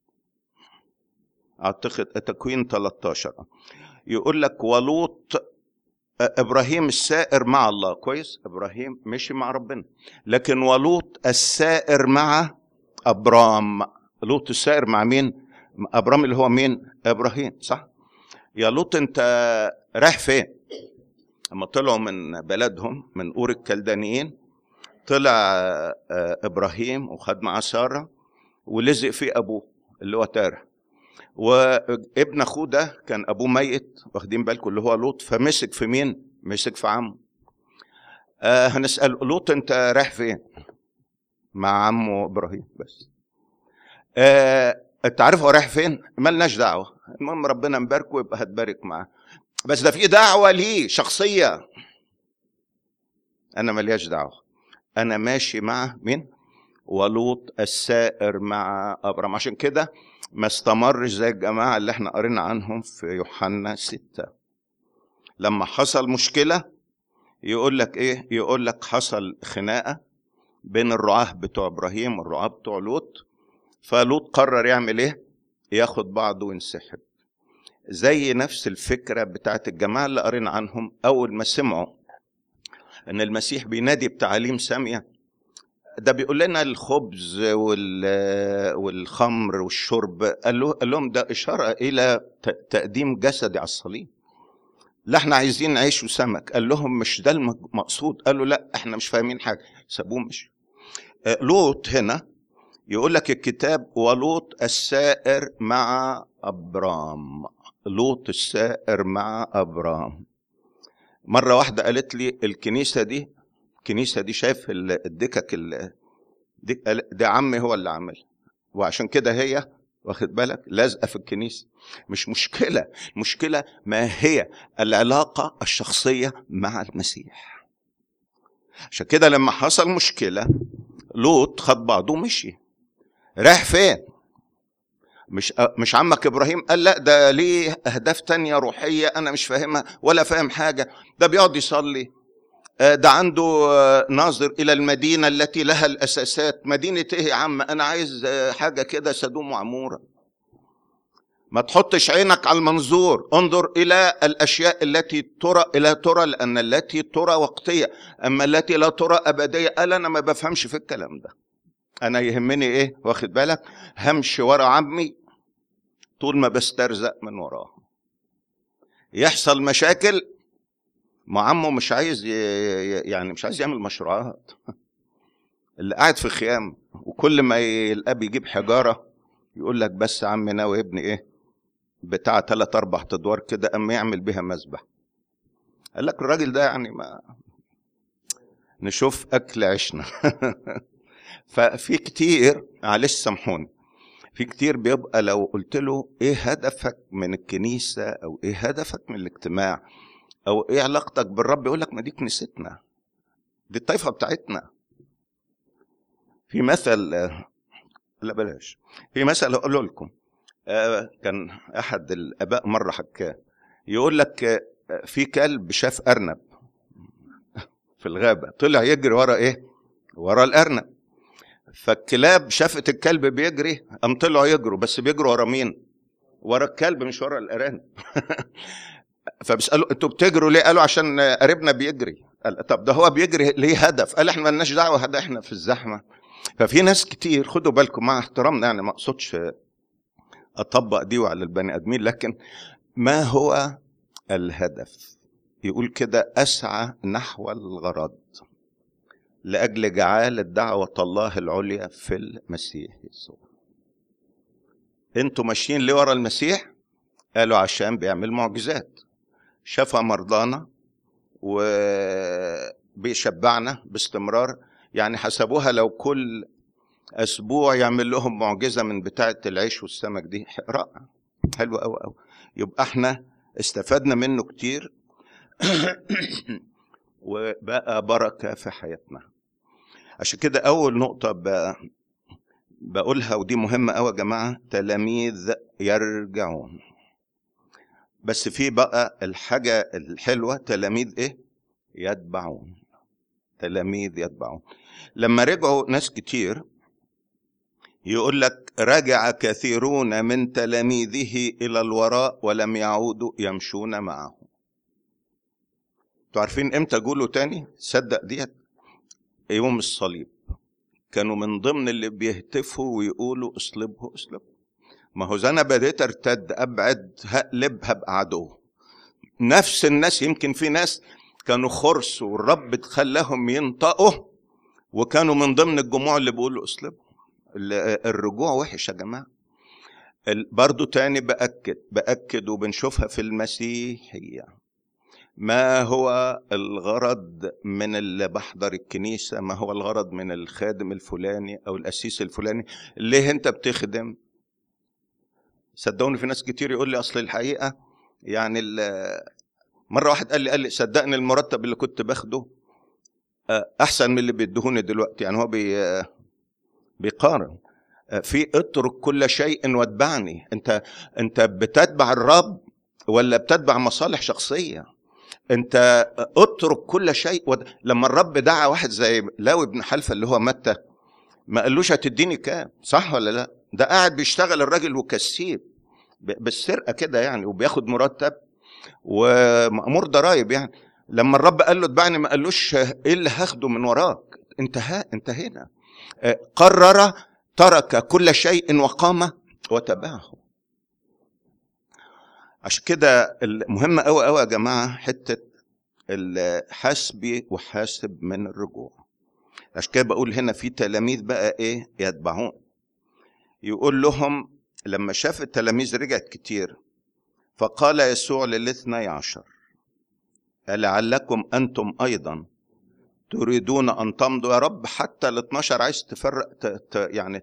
أعتقد تكوين 13، يقول لك ولوط إبراهيم السائر مع الله، كويس، إبراهيم مشي مع ربنا، لكن ولوط السائر مع أبرام. لوط السائر مع مين؟ أبرام اللي هو مين؟ إبراهيم، صح؟ يا لوط أنت رايح فين؟ لما طلعوا من بلدهم من أور الكلدانيين، طلع ابراهيم وخد معاه ساره ولزق فيه ابوه اللي هو تارح، وابن اخوه ده كان ابوه ميت، واخدين بالكم، اللي هو لوط، فمسك في مين؟ مسك في عمه. هنسال لوط انت رايح فين؟ مع عمه ابراهيم. بس انت عارف هو رايح فين؟ مالناش دعوه، المهم ربنا مباركه يبقى هتبارك معاه، بس ده في دعوه ليه شخصيه، انا مالياش دعوه، انا ماشي مع مين؟ ولوط السائر مع ابرام. عشان كده ما استمرش زي الجماعه اللي احنا قرينا عنهم في يوحنا 6. لما حصل مشكله يقول لك ايه؟ يقول لك حصل خناقه بين الرعاه بتوع ابراهيم والرعاه بتوع لوط، فلوط قرر يعمل ايه؟ ياخد بعضه وينسحب. زي نفس الفكره بتاعت الجماعه اللي قرينا عنهم اول ما سمعوا ان المسيح بينادي بتعاليم ساميه، ده بيقول لنا الخبز والخمر والشرب، قال لهم ده اشاره الى تقديم جسدي على الصليب، لا احنا عايزين نعيش وسمك. قال لهم مش ده المقصود. قالوا لا احنا مش فاهمين حاجه، سابوه مش. لوط هنا يقول لك الكتاب ولوط السائر مع ابرام. لوط السائر مع ابرام. مره واحده قالت لي الكنيسه دي شايف الدكك ده عمي هو اللي عمل، وعشان كده هي واخد بالك لازقه في الكنيسه. مش مشكله، المشكله ما هي العلاقه الشخصيه مع المسيح. عشان كده لما حصل مشكله لوط خد بعضه ومشي. رايح فين؟ مش عمك ابراهيم قال لا ده ليه اهداف تانية روحيه انا مش فاهمها ولا فاهم حاجه، ده بيقعد يصلي، ده عنده ناظر الى المدينه التي لها الاساسات. مدينه ايه يا عم؟ انا عايز حاجه كده سدوم وعموره. ما تحطش عينك على المنظور، انظر الى الاشياء التي ترى، لان التي ترى وقتيه اما التي لا ترى ابديه. قال انا ما بفهمش في الكلام ده، انا يهمني ايه؟ واخد بالك، همشي ورا عمي طول ما بسترزق من وراه. يحصل مشاكل مع عمه مش عايز يعني مش عايز يعمل مشروعات. اللي قاعد في خيام وكل ما الاب يجيب حجاره يقول لك بس عمي ناوي ابني ايه بتاع 3-4 ادوار كده اما يعمل بها مذبح. قال لك الراجل ده يعني ما نشوف اكل عشنا. ففي كتير، معلش سامحوني، في كتير بيبقى لو قلت له ايه هدفك من الكنيسه او ايه هدفك من الاجتماع او ايه علاقتك بالرب، يقول لك ما دي كنيستنا، دي الطائفه بتاعتنا. في مثل لا بلاش، في مثل اقول لكم. كان احد الاباء مره حكاه، يقول لك في كلب شاف ارنب في الغابه، طلع يجري ورا ايه؟ ورا الارنب. فالكلاب شافت الكلب بيجري قام طلعوا يجروا، بس بيجروا ورا مين؟ ورا الكلب مش ورا الارانب. فبيسالوا انتوا بتجروا ليه؟ قالوا عشان قريبنا بيجري. قال طب ده هو بيجري ليه هدف؟ قال احنا مالناش دعوه، هذا احنا في الزحمه. ففي ناس كتير، خدوا بالكم مع احترامنا، يعني ما اقصدش اطبق دي على البني ادمين، لكن ما هو الهدف؟ يقول كده اسعى نحو الغرض لاجل جعالة دعوة الله العليا في المسيح يسوع. انتوا ماشيين ليه ورا المسيح؟ قالوا عشان بيعمل معجزات، شفى مرضانا وبيشبعنا باستمرار. يعني حسبوها لو كل اسبوع يعمل لهم معجزة من بتاعة العيش والسمك دي، رائع، حلو قوي قوي، يبقى احنا استفدنا منه كتير. وبقى بركة في حياتنا. عشان كده اول نقطة بقولها ودي مهمة قوي يا جماعة، تلاميذ يرجعون. بس في بقى الحاجة الحلوة، تلاميذ ايه؟ يتبعون. تلاميذ يتبعون. لما رجعوا ناس كتير يقول لك رجع كثيرون من تلاميذه الى الوراء ولم يعودوا يمشون معه. انتوا عارفين امتى قولوا تاني؟ صدق ديت يوم الصليب كانوا من ضمن اللي بيهتفوا ويقولوا اصلبه اصلبه. ما هو انا بديت ارتد، ابعد، هقلب، هبقى عدو. نفس الناس، يمكن في ناس كانوا خرس والرب خلاهم ينطقوا وكانوا من ضمن الجموع اللي بيقولوا اصلبوا. الرجوع وحش يا جماعة. برضو تاني بأكد وبنشوفها في المسيحية. ما هو الغرض من اللي بحضر الكنيسة؟ ما هو الغرض من الخادم الفلاني أو الأسيس الفلاني؟ ليه أنت بتخدم؟ صدقوني في ناس كتير يقول لي أصل الحقيقة يعني مرة واحد قال لي صدقني المرتب اللي كنت باخده أحسن من اللي بيدهوني دلوقتي. يعني هو بيقارن في اترك كل شيء واتبعني. انت بتتبع الرب ولا بتتبع مصالح شخصية؟ انت اترك كل شيء. لما الرب دعا واحد زي لاوي بن حلفة اللي هو متى، ما قالوش هتديني كام، صح ولا لا؟ ده قاعد بيشتغل الراجل وكسيب بالسرقة كده يعني، وبياخد مرتب ومأمور ضرايب يعني. لما الرب قال له اتبعني ما قالوش ايه اللي هاخده من وراك، انتهينا. قرر ترك كل شيء وقام وتبعه. عشان كده المهم قوي قوي يا جماعة حتة الحسبي وحاسب من الرجوع. عشان كده بقول هنا في تلاميذ بقى ايه يتبعون. يقول لهم لما شاف التلاميذ رجعت كتير، فقال يسوع لل12 لعلكم أنتم أيضا تريدون أن تمضوا؟ يا رب حتى ال12 عايز تفرق يعني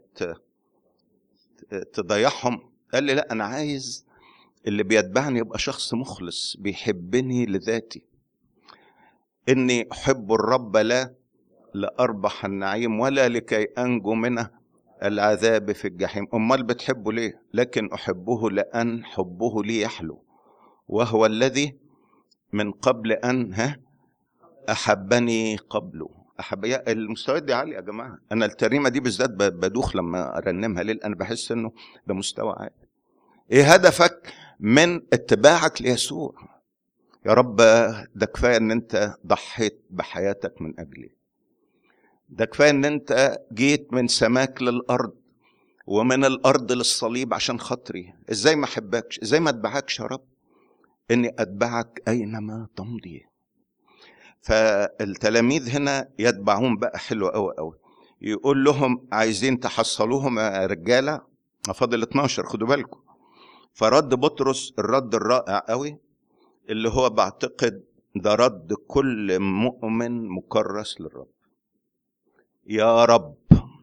تضيعهم؟ قال لي لا، أنا عايز اللي بيتبعني يبقى شخص مخلص بيحبني لذاتي. إني أحب الرب لا لأربح النعيم ولا لكي أنجو منه العذاب في الجحيم. أمال بتحبه ليه؟ لكن أحبه لأن حبه لي يحلو، وهو الذي من قبل أن أحبني قبله. المستويات دي عالية يا جماعة. أنا الترنيمة دي بالذات بدوخ لما أرنمها ليه؟ أنا بحس إنه ده مستوى عالي. إيه هدفك من اتباعك ليسوع؟ يا رب ده كفاية إن أنت ضحيت بحياتك من أجلي، ده كفاية إن أنت جيت من سماك للأرض ومن الأرض للصليب عشان خاطري. إزاي ما أحبكش؟ إزاي ما أتبعكش يا رب؟ إني أتبعك أينما تمضي. فالتلاميذ هنا يتبعون بقى حلو قوي قوي. يقول لهم عايزين تحصلوهم يا رجالة؟ فاضل 12، خدوا بالكم. فرد بطرس الرد الرائع قوي اللي هو بعتقد ده رد كل مؤمن مكرس للرب. يا رب.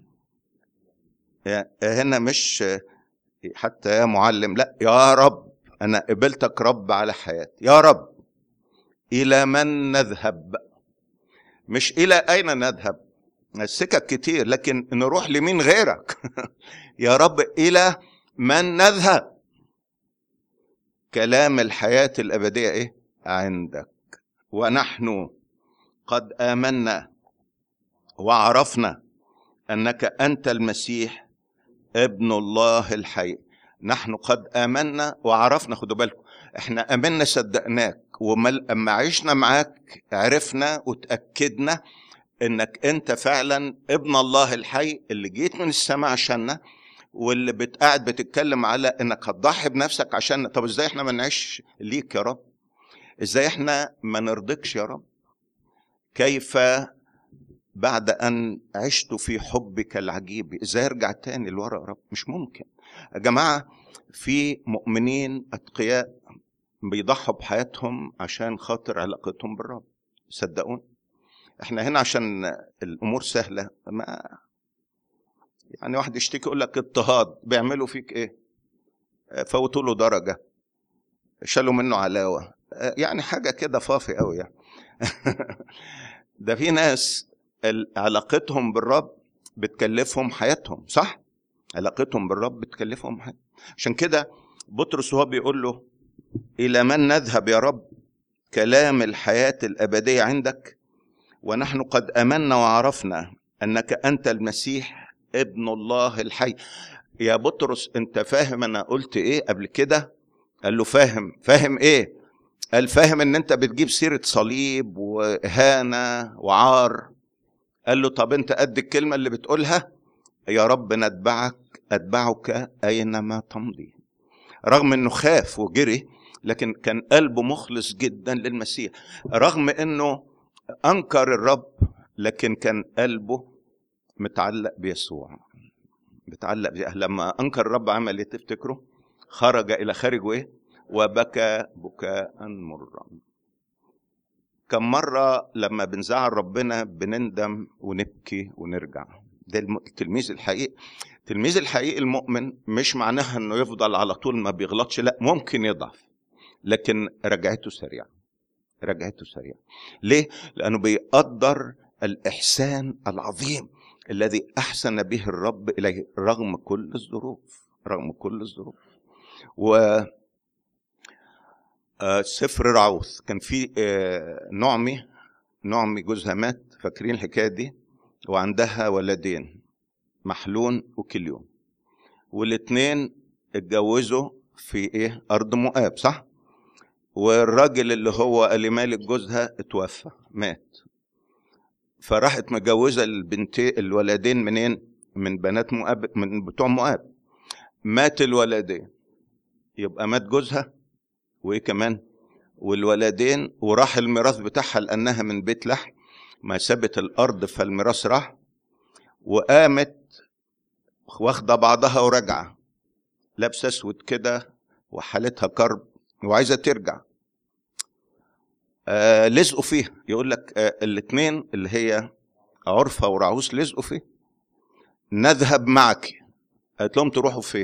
هنا مش حتى يا معلم، لا، يا رب أنا قبلتك رب على حياتي. يا رب إلى من نذهب؟ مش إلى أين نذهب، السكك كتير، لكن نروح لمين غيرك؟ يا رب إلى من نذهب؟ كلام الحياة الأبدية إيه؟ عندك. ونحن قد آمنا وعرفنا أنك أنت المسيح ابن الله الحي. نحن قد آمنا وعرفنا. خدوا بالكم، احنا آمنا صدقناك، وما عشنا معاك عرفنا وتأكدنا انك انت فعلا ابن الله الحي اللي جيت من السماء عشاننا، واللي بتقعد بتتكلم على انك هتضحي بنفسك عشان. طب ازاي احنا ما نعيش ليك يا رب؟ ازاي احنا ما نرضيكش يا رب؟ كيف بعد ان عشت في حبك العجيب ازاي ارجع تاني لورا يا رب؟ مش ممكن يا جماعة. في مؤمنين اتقياء بيضحوا بحياتهم عشان خاطر علاقتهم بالرب، صدقون. احنا هنا عشان الامور سهلة، ما يعني واحد يشتكي يقول لك اضطهاد، بيعملوا فيك ايه؟ فوتوا له درجة، شالوا منه علاوة، يعني حاجة كده فافي قوي يعني. ده في ناس علاقتهم بالرب بتكلفهم حياتهم، صح؟ علاقتهم بالرب بتكلفهم حياتهم. عشان كده بطرس هو بيقول له إلى من نذهب يا رب؟ كلام الحياة الأبدية عندك، ونحن قد آمنا وعرفنا أنك أنت المسيح ابن الله الحي. يا بطرس أنت فاهم أنا قلت إيه قبل كده؟ قال له فاهم. فاهم إيه؟ قال فاهم أن أنت بتجيب سيرة صليب وإهانة وعار. قال له طب أنت قد الكلمة اللي بتقولها؟ يا رب أتبعك أينما تمضي. رغم أنه خاف وجري، لكن كان قلبه مخلص جدا للمسيح. رغم أنه أنكر الرب، لكن كان قلبه متعلق بيسوع، متعلق لما انكر الرب عمل ايه تفتكروا؟ خرج الى خارج ايه؟ وبكى بكاء مرا. كم مرة لما بنزعل ربنا بنندم ونبكي ونرجع. ده التلميذ الحقيقي. التلميذ الحقيقي المؤمن مش معناها انه يفضل على طول ما بيغلطش، لا، ممكن يضعف، لكن رجعته سريعة، رجعته سريعة. ليه؟ لأنه بيقدر الإحسان العظيم الذي أحسن به الرب إليه رغم كل الظروف، رغم كل الظروف. و سفر رعوث كان في نعمي جوزها مات، فاكرين الحكاية دي؟ وعندها ولدين محلون وكليون، والاتنين اتجوزوا في ايه؟ أرض مؤاب، صح؟ والراجل اللي هو أليمالك جوزها اتوفى، مات، فراحت مجوزة الولدين منين؟ من بنات مؤاب، من بتوع مؤاب. مات الولدين، يبقى مات جوزها وايه كمان؟ والولدين، وراح الميراث بتاعها لأنها من بيت لحم، ما سابت الأرض فالميراث راح، وقامت واخدة بعضها ورجعة لابسة اسود كده وحالتها كرب وعايزة ترجع. لزقوا فيها، يقول لك الاتنين اللي هي عرفة ورعوث لزقوا فيه. نذهب معك. قالت لهم تروحوا فين؟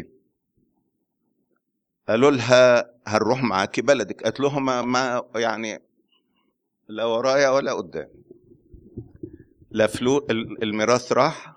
قالوا لها هنروح معاكي بلدك. قالت لهم ما يعني لا ورايا ولا قدام، لا الميراث راح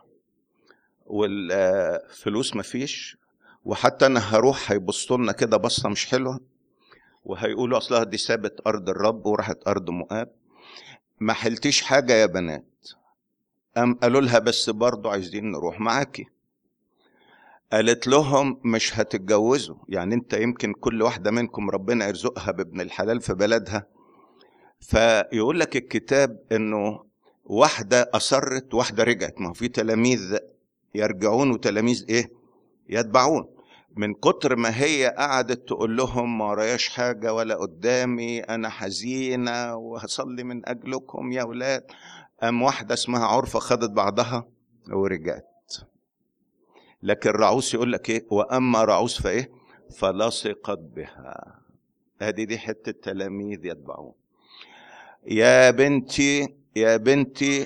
والفلوس مفيش، وحتى انا هروح هيبصوا لنا كده بصه مش حلوه، وهيقولوا اصلها دي سابت ارض الرب وراحت ارض مؤاب. ما حلتيش حاجه يا بنات. قالوا لها بس برضو عايزين نروح معاكي. قالت لهم مش هتتجوزوا، يعني انت يمكن كل واحده منكم ربنا يرزقها بابن الحلال في بلدها. فيقول لك الكتاب انه واحده اصرت واحده رجعت. ما هو في تلاميذ يرجعون وتلاميذ ايه؟ يتبعون. من كتر ما هي قعدت تقول لهم ما وراياش حاجه ولا قدامي، انا حزينه وهصلي من اجلكم يا ولاد، قام واحده اسمها عرفه خدت بعضها ورجعت. لكن رعوث يقول لك ايه؟ واما رعوث فايه؟ فلصقت بها. دي حته تلاميذ يتبعون. يا بنتي يا بنتي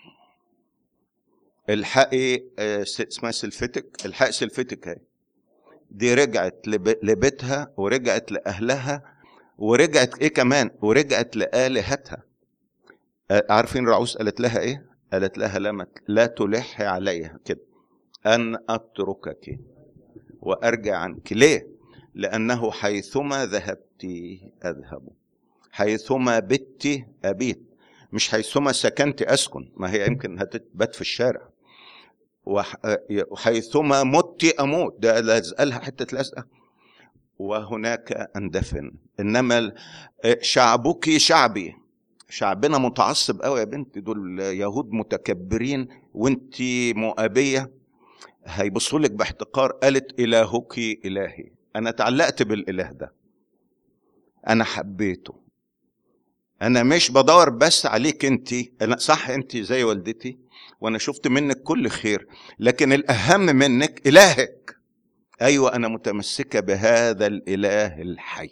الحقي، اسمها سلفتك، الحق سلفتك اهي. دي رجعت لبيتها ورجعت لأهلها ورجعت ايه كمان؟ ورجعت لآلهتها. عارفين رعوث قالت لها ايه؟ قالت لها لا تلحي عليها كده أن أتركك وأرجع عنك. ليه؟ لأنه حيثما ذهبت أذهب، حيثما بت أبيت، مش حيثما سكنت أسكن. ما هي يمكن هتبات في الشارع. وحيثما مت أموت، ده لازقلها حتة لازقة. وهناك أندفن. إنما شعبك شعبي، شعبنا متعصب قوي يا بنت، دول يهود متكبرين وانتي مؤابية، هيبصوا لك باحتقار. قالت إلهك إلهي. أنا تعلقت بالإله ده، أنا حبيته، أنا مش بدور بس عليك انتي، أنا صح انتي زي والدتي وأنا شفت منك كل خير، لكن الأهم منك إلهك. أيوة أنا متمسكة بهذا الإله الحي.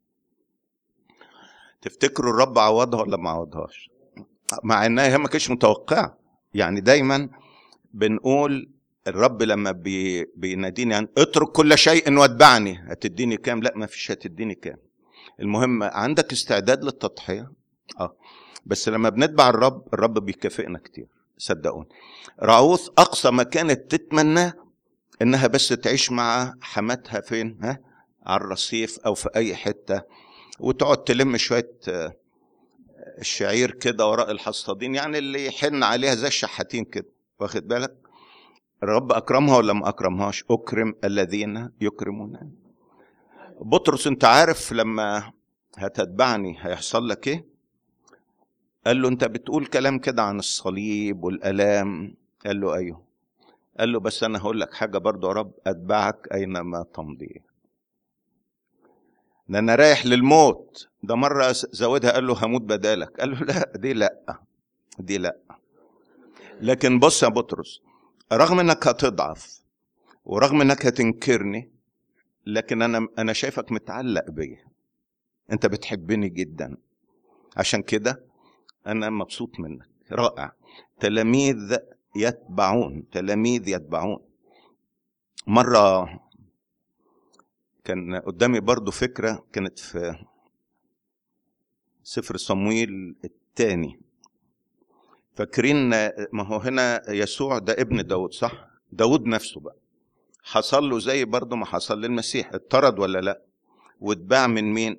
تفتكروا الرب عوضها ولا ما عوضهاش؟ مع انها هي ما كانتش متوقعه. يعني دايما بنقول الرب لما بيناديني يعني اترك كل شيء واتبعني، هتديني كام؟ لا، ما فيش هتديني كام. المهم عندك استعداد للتضحيه. بس لما بنتبع الرب بيكافئنا كتير، صدقوني. رعوث اقصى ما كانت تتمنى انها بس تعيش مع حماتها فين؟ على الرصيف او في اي حته، وتقعد تلم شويه الشعير كده وراء الحصادين، يعني اللي يحن عليها زي الشحاتين كده، واخد بالك؟ الرب اكرمها ولا ما اكرمهاش؟ اكرم الذين يكرمون. بطرس انت عارف لما هتتبعني هيحصل لك ايه؟ قال له انت بتقول كلام كده عن الصليب والالام. قال له ايوه. قال له بس انا هقول لك حاجه برضو يا رب، اتبعك اينما تمضي. ده انا رايح للموت. ده مره زودها قال له هموت بدالك. قال له لا، دي لا، دي لا. لكن بص يا بطرس، رغم انك هتضعف ورغم انك هتنكرني، لكن انا شايفك متعلق بيا، انت بتحبني جدا، عشان كده انا مبسوط منك. رائع. تلاميذ يتبعون. مرة كان قدامي برضو فكرة، كانت في سفر صمويل الثاني. فاكرين ما هو هنا يسوع ده ابن داود، صح؟ داود نفسه بقى حصل له زي برضو ما حصل للمسيح، اتطرد ولا لا؟ واتباع من مين؟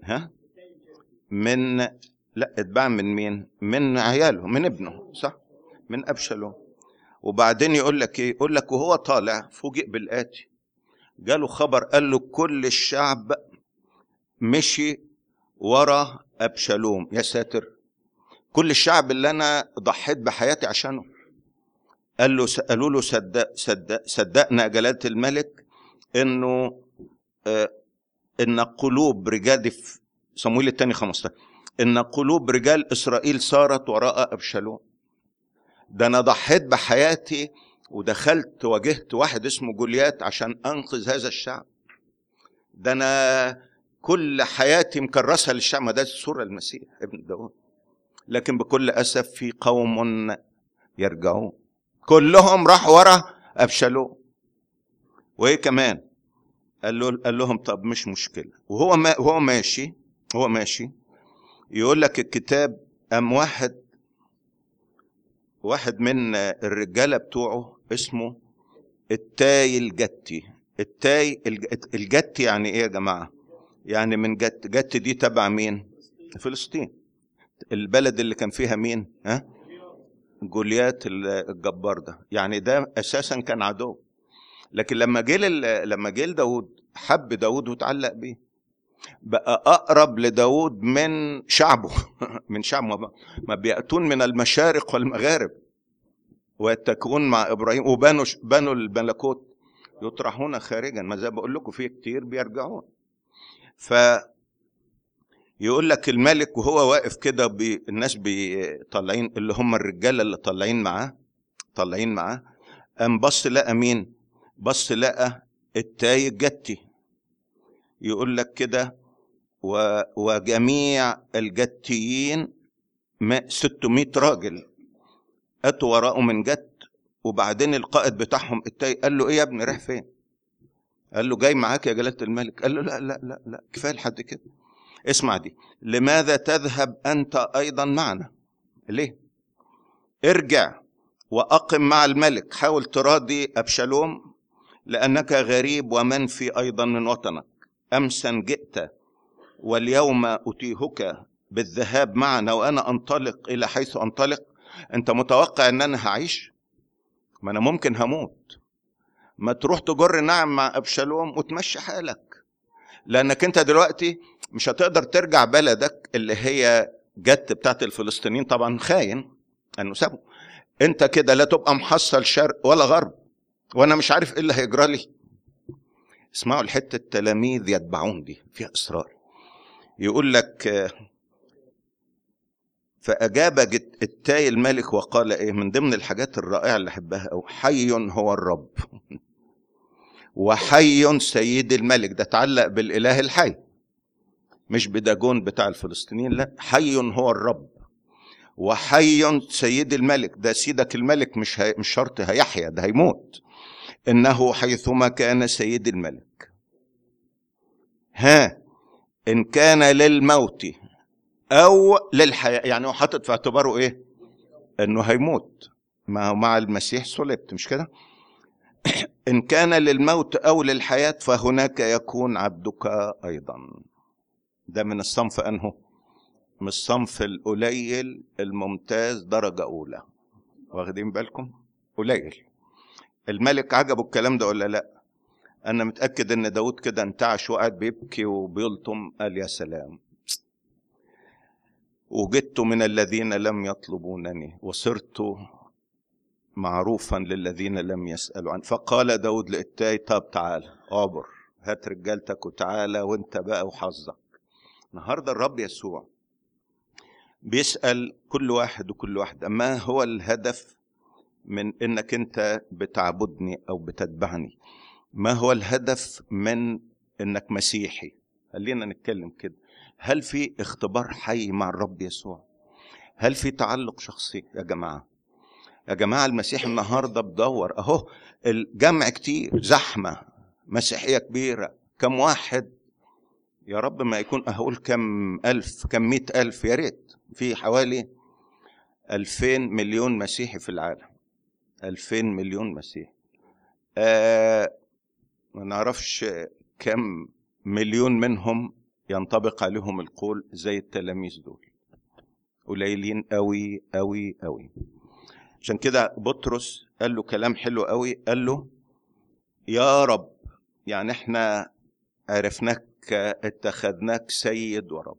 اتباع من مين؟ من عياله، من ابنه، صح؟ من أبشالوم. وبعدين يقول لك ايه؟ يقول لك وهو طالع فوجئ بالآتي، جاله خبر قال له كل الشعب مشي ورا أبشالوم. يا ساتر، كل الشعب اللي انا ضحيت بحياتي عشانه. قالوا له صدقنا جلالة الملك انه ان قلوب رجال، في صمويل الثاني 15، ان قلوب رجال اسرائيل صارت وراء ابشالوم. ده انا ضحيت بحياتي ودخلت واجهت واحد اسمه جوليات عشان انقذ هذا الشعب. ده انا كل حياتي مكرسها للشعب. ما ده الصورة المسيح ابن داود. لكن بكل اسف في قوم يرجعون، كلهم راح ورا ابشالوم. وايه كمان؟ قال لهم طب مش مشكلة. وهو ماشي يقول لك الكتاب ام واحد من الرجالة بتوعه اسمه التاي الجتي. الجتي يعني ايه يا جماعة؟ يعني من جت دي تبع مين؟ فلسطين، البلد اللي كان فيها مين؟ جوليات الجبار ده. يعني ده اساسا كان عدو، لكن لما جه داود حب داود وتعلق بيه، بقى اقرب لداود من شعبه من شعبه. ما بيأتون من المشارق والمغارب ويتكئون مع ابراهيم، وبنوا الملكوت يطرحون خارجا. ما زي بقول لكم في كتير بيرجعون. ف يقول لك الملك وهو واقف كده، الناس طالعين اللي هم الرجاله اللي طالعين معاه، قام بص لقى مين؟ بص لقى التاي الجتي. يقول لك كده وجميع الجتيين 600 راجل اتوا وراءه من جت. وبعدين القائد بتاعهم التاي قال له ايه يا ابني رايح فين؟ قال له جاي معاك يا جلالة الملك. قال له لا لا لا لا، كفايه لحد كده. اسمع دي، لماذا تذهب انت ايضا معنا؟ ليه؟ ارجع واقم مع الملك، حاول تراضي ابشالوم لانك غريب ومنفي ايضا من وطنك. امسا جئت واليوم اتيهك بالذهاب معنا وانا انطلق الى حيث انطلق. انت متوقع ان انا هعيش؟ ما انا ممكن هموت. ما تروح تجر نعم مع ابشالوم وتمشي حالك، لانك انت دلوقتي مش هتقدر ترجع بلدك اللي هي جت بتاعت الفلسطينيين. طبعا خاين انه سابه. انت كده لا تبقى محصل شرق ولا غرب، وانا مش عارف ايه اللي هيجرى لي. اسمعوا الحته، التلاميذ يتبعون دي فيها اصرار. يقول لك فاجاب التاي الملك وقال ايه من ضمن الحاجات الرائعه اللي احبها، او حي هو الرب وحي سيد الملك. ده تعلق بالاله الحي، مش بداجون بتاع الفلسطينيين، لا، حي هو الرب وحي سيد الملك. ده سيدك الملك مش شرط هيحيا، ده هيموت. انه حيثما كان سيد الملك ان كان للموت او للحياة. يعني هو حاطط في اعتباره ايه؟ انه هيموت. ما هو مع المسيح صلبت، مش كده؟ ان كان للموت او للحياة فهناك يكون عبدك ايضا. ده من الصنف انه من الصنف القليل الممتاز درجة اولى. واخدين بالكم؟ قليل. الملك عجبه الكلام ده ولا لا؟ انا متأكد ان داود كده انتعش وقعد بيبكي وبيلطم، قال يا سلام، وجدت من الذين لم يطلبونني وصرت معروفا للذين لم يسألوا عنه. فقال داود لإتاي طب تعال عبر، هات رجالتك وتعالى وانت بقى وحظك. النهارده الرب يسوع بيسأل كل واحد وكل واحدة ما هو الهدف من انك انت بتعبدني او بتتبعني؟ ما هو الهدف من انك مسيحي؟ خلينا نتكلم كده. هل في اختبار حي مع الرب يسوع؟ هل في تعلق شخصي؟ يا جماعة المسيح النهاردة بدور اهو، الجمع كتير، زحمة، مسيحية كبيرة، كم واحد؟ يا رب ما يكون اقول كم ألف، كم 100,000، يا ريت. في حوالي 2000 مليون مسيحي في العالم، 2000 مليون مسيحي. ما نعرفش كم مليون منهم ينطبق عليهم القول زي التلاميذ دول، قليلين قوي قوي قوي. عشان كده بطرس قال له كلام حلو قوي، قال له يا رب، يعني احنا عرفناك، اتخذناك سيد ورب،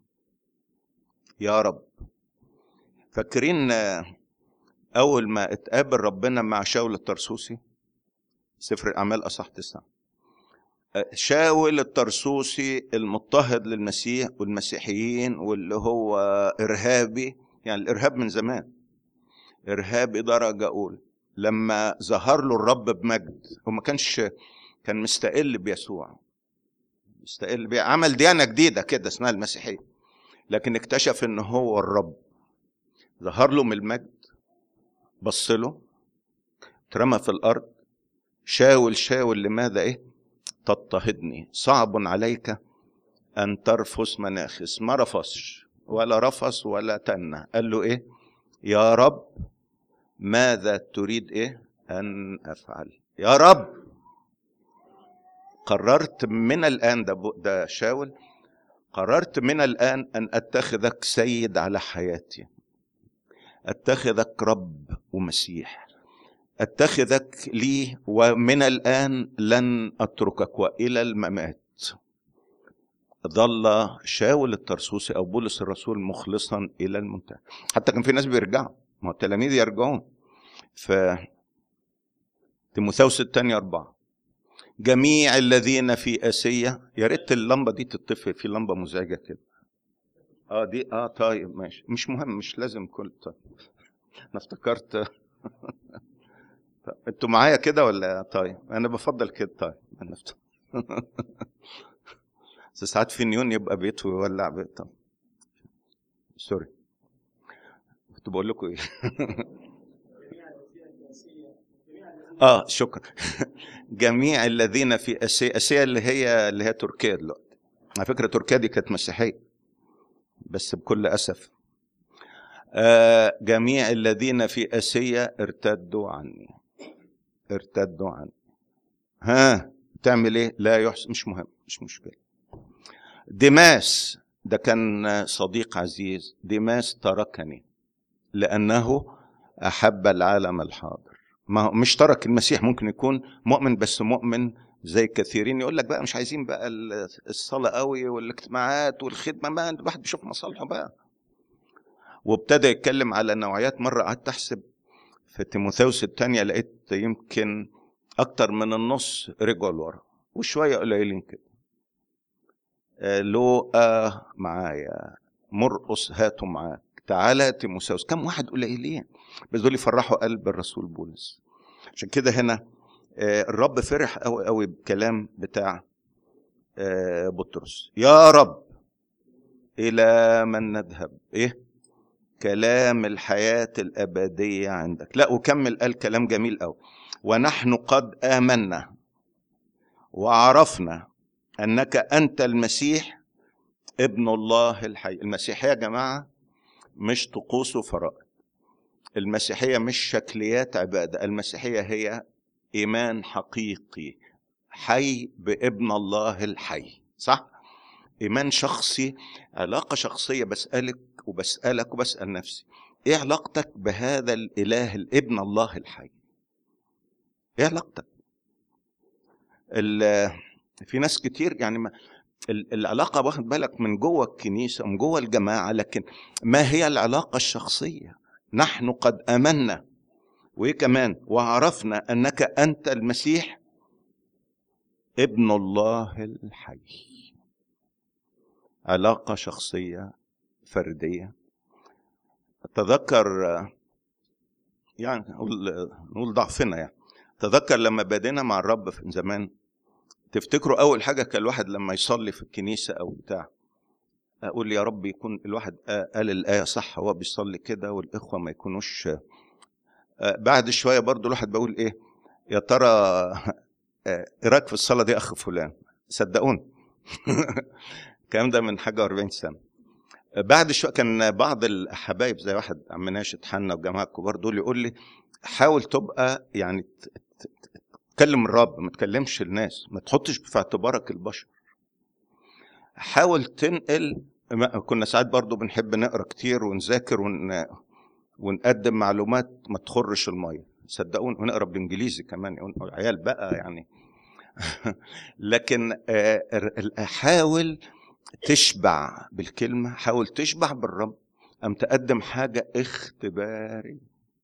يا رب. فاكرين اول ما اتقابل ربنا مع شاول الطرسوسي، سفر الاعمال اصح 9، شاول الطرسوسي المضطهد للمسيح والمسيحيين، واللي هو ارهابي، يعني الارهاب من زمان، ارهابي درجة اولى، لما ظهر له الرب بمجد وما كان مستقل بيسوع، مستقل بيه، عمل ديانة جديدة كده اسمها المسيحية، لكن اكتشف ان هو الرب. ظهر له من المجد، بص له، اترمى في الارض، شاول شاول لماذا تضطهدني؟ صعب عليك ان ترفس مناخس. ما رفسش ولا رفس ولا تنى، قال له يا رب ماذا تريد ان افعل؟ يا رب قررت من الان، ده شاول، قررت من الان ان اتخذك سيد على حياتي، اتخذك رب ومسيح، اتخذك لي، ومن الان لن اتركك والى الممات. ظل شاول الطرسوسي او بولس الرسول مخلصا الى المنتهى. حتى كان في ناس بيرجعوا، ما التلاميذ يرجعون. ف تيموثاوس الثانية 4، جميع الذين في آسيا. يا ريت اللمبة دي تطفي، في لمبة مزعجة كده. دي طيب ماشي، مش مهم، مش لازم كل. طيب انا افتكرت انتوا معايا كده ولا؟ طيب انا بفضل كده. طيب انا ساعات في نيون يبقى بيته يولع بيت. طب سوري، كنت بقول لكم شكرا. جميع الذين في آسيا. آسيا اللي هي تركيا دلوقتي. على فكرة تركيا دي كانت مسيحية بس بكل أسف. جميع الذين في آسيا ارتدوا عني. تعمل ايه؟ لا يحسن، مش مهم، مش مشكلة. ديماس ده كان صديق عزيز، ديماس تركني لأنه أحب العالم الحاضر. ما مش ترك المسيح، ممكن يكون مؤمن بس مؤمن زي كثيرين يقول لك بقى مش عايزين بقى الصلاة قوي والاجتماعات والخدمة، ما الواحد بيشوف مصالحه بقى. وابتدى يتكلم على نوعيات. مرة قعدت أحسب في تيموثاوس الثانية، لقيت يمكن أكتر من النص رجعوا ورا وشوية قليلين كده. لوقا معايا، مرقس هاتوا معاك، تعالى تيموثاوس، كم واحد قليلين بس دول يفرحوا قلب الرسول بولس. عشان كده هنا الرب فرح قوي قوي بالكلام بتاع بطرس. يا رب إلى من نذهب؟ كلام الحياة الأبدية عندك. لا، وكمل قال كلام جميل قوي، ونحن قد آمنا وعرفنا أنك أنت المسيح ابن الله الحي. المسيحية يا جماعة مش طقوس وفرائض، المسيحية مش شكليات عبادة، المسيحية هي إيمان حقيقي حي بابن الله الحي. صح؟ إيمان شخصي، علاقة شخصية. بسألك وبسألك وبسأل نفسي، إيه علاقتك بهذا الإله الابن الله الحي؟ إيه علاقتك؟ في ناس كتير يعني العلاقة واخد بالك من جوه الكنيسة من جوه الجماعة، لكن ما هي العلاقة الشخصية؟ نحن قد آمنا وإيه كمان؟ وعرفنا أنك أنت المسيح ابن الله الحي. علاقة شخصية فردية. أتذكر يعني نقول ضعفنا يعني. تذكر لما بدينا مع الرب في زمان، تفتكروا اول حاجه كان الواحد لما يصلي في الكنيسه او بتاع، اقول يا رب يكون الواحد قال الايه صح هو بيصلي كده والاخوه ما يكونوش. بعد شويه برضو الواحد بقول ايه يا ترى ايه رايك في الصلاه دي اخ فلان؟ صدقوني الكلام ده من حاجه 40 سنه. بعد شويه كان بعض الحبايب زي واحد عم ناشد حنا والجماعه الكبار دول يقول لي حاول تبقى يعني تكلم الرب، ما تكلمش الناس، ما تحطش في اعتبارك البشر، حاول تنقل. كنا ساعات برضو بنحب نقرا كتير ونذاكر ونقدم معلومات ما تخرش الميه، صدقوني، ونقرا بالانجليزي كمان عيال بقى يعني لكن حاول تشبع بالكلمه، حاول تشبع بالرب، ام تقدم حاجه اختباري.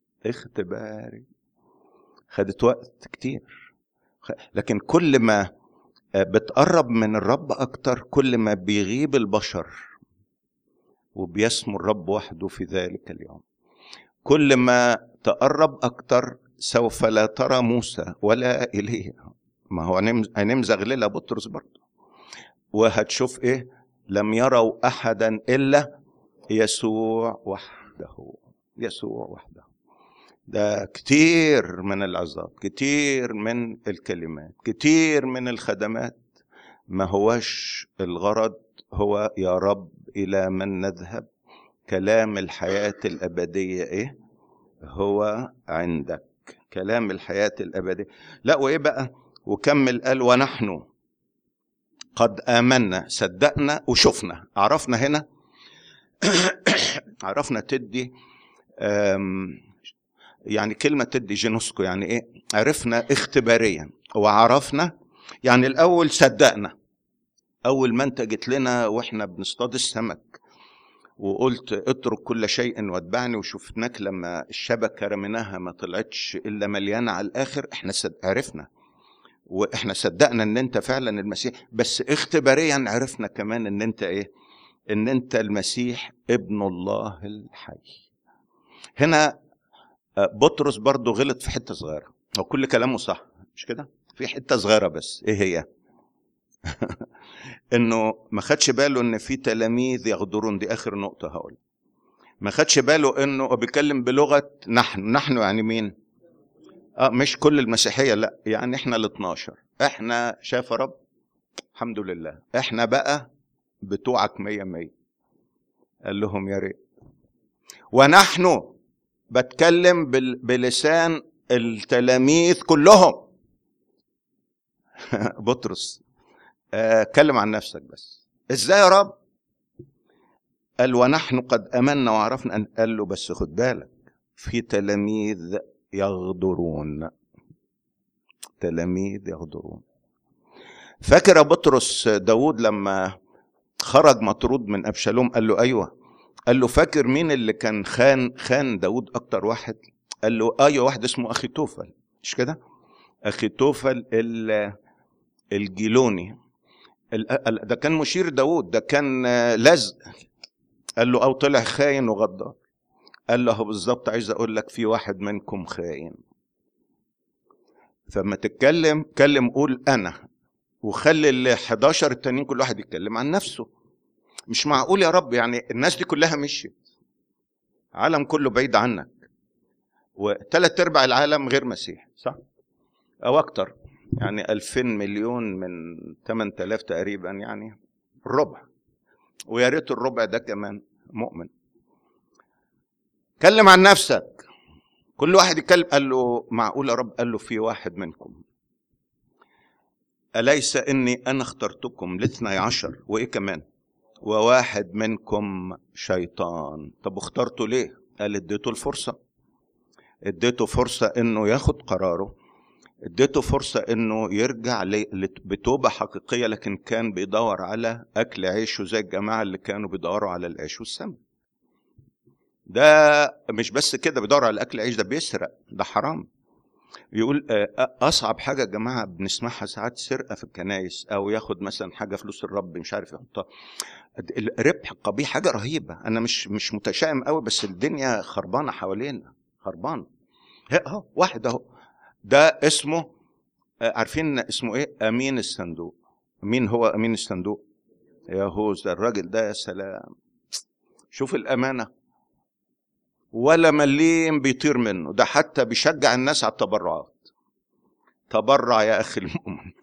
خدت وقت كتير، لكن كل ما بتقرب من الرب اكتر كل ما بيغيب البشر وبيسمو الرب وحده في ذلك اليوم. كل ما تقرب اكتر سوف لا ترى موسى ولا ايليا، ما هو هنمزغ ليلة بطرس برضه، وهتشوف ايه؟ لم يروا احدا الا يسوع وحده. يسوع وحده. ده كتير من العظات، كتير من الكلمات، كتير من الخدمات، ما هوش الغرض هو يا رب إلى من نذهب؟ كلام الحياة الأبدية إيه؟ هو عندك كلام الحياة الأبدية. لا وإيه بقى؟ وكمل قال ونحن قد آمنا، صدقنا وشفنا. عرفنا هنا عرفنا تدي يعني كلمة تدي جنوسكو يعني ايه؟ عرفنا اختباريا وعرفنا. يعني الاول صدقنا، اول ما انت جيت لنا واحنا بنصطاد السمك وقلت اترك كل شيء واتبعني، وشفناك لما الشبكة رميناها ما طلعتش الا مليانة على الاخر، احنا عرفنا واحنا صدقنا ان انت فعلا المسيح، بس اختباريا عرفنا كمان ان انت ايه؟ ان انت المسيح ابن الله الحي. هنا بطرس برضو غلط في حتة صغيرة، هو كل كلامه صح مش كده؟ في حتة صغيرة بس، ايه هي؟ انه ما خدش باله ان في تلاميذ يغدرون. دي اخر نقطة هقول. ما خدش باله انه بيتكلم بلغة نحن يعني مين؟ مش كل المسيحية، لا يعني احنا ال12. احنا شاف رب الحمد لله، احنا بقى بتوعك 100. قال لهم يا ريت. ونحن بتكلم بلسان التلاميذ كلهم بطرس كلم عن نفسك بس. ازاي يا رب؟ قال ونحن قد امنا وعرفنا ان. قال له بس خد بالك في تلاميذ يغدرون. تلاميذ يغدرون. فاكر يا بطرس داود لما خرج مطرود من ابشالوم؟ قال له ايوه. قال له فاكر مين اللي كان خان داود اكتر واحد؟ قال له ايوه واحد اسمه اخيتوفل، مش كده؟ اخيتوفل الجيلوني، ده كان مشير داود، ده كان لزق. قال له او طلع خاين وغدار. قال له بالظبط عايز اقول لك في واحد منكم خاين. فما تتكلم كلم قول انا، وخلي ال11 التانيين كل واحد يتكلم عن نفسه. مش معقول يا رب يعني الناس دي كلها مشيت، العالم كله بعيد عنك، و3/4 العالم غير مسيح، صح؟ او اكتر، يعني 2000 مليون من 8000 تقريبا، يعني الربع، ويا ريت الربع ده كمان مؤمن. كلم عن نفسك، كل واحد يتكلم. قال له معقول يا رب؟ قال له في واحد منكم. أليس إني أنا اخترتكم ل12 وإيه كمان؟ وواحد منكم شيطان. طب اخترته ليه؟ قال اديته الفرصة، اديته فرصة إنه ياخد قراره، اديته فرصة إنه يرجع بتوبة حقيقية، لكن كان بيدور على أكل عيشه زي الجماعة اللي كانوا بيدوروا على العيش والسمن. ده مش بس كده بيدور على أكل عيش، ده بيسرق، ده حرام. يقول أصعب حاجة يا جماعة بنسمعها ساعات سرقة في الكنائس، أو ياخد مثلا حاجة فلوس الرب مش عارف يحطها. الربح قبيح، حاجة رهيبة. أنا مش متشائم قوي، بس الدنيا خربانة حوالينا، خربانة. اهو واحد اهو، ده اسمه عارفين اسمه ايه؟ امين الصندوق. مين هو امين الصندوق؟ يهوذا. الراجل ده يا سلام، شوف الامانه، ولا مليم بيطير منه، ده حتى بيشجع الناس على التبرعات. تبرع يا اخي المؤمن.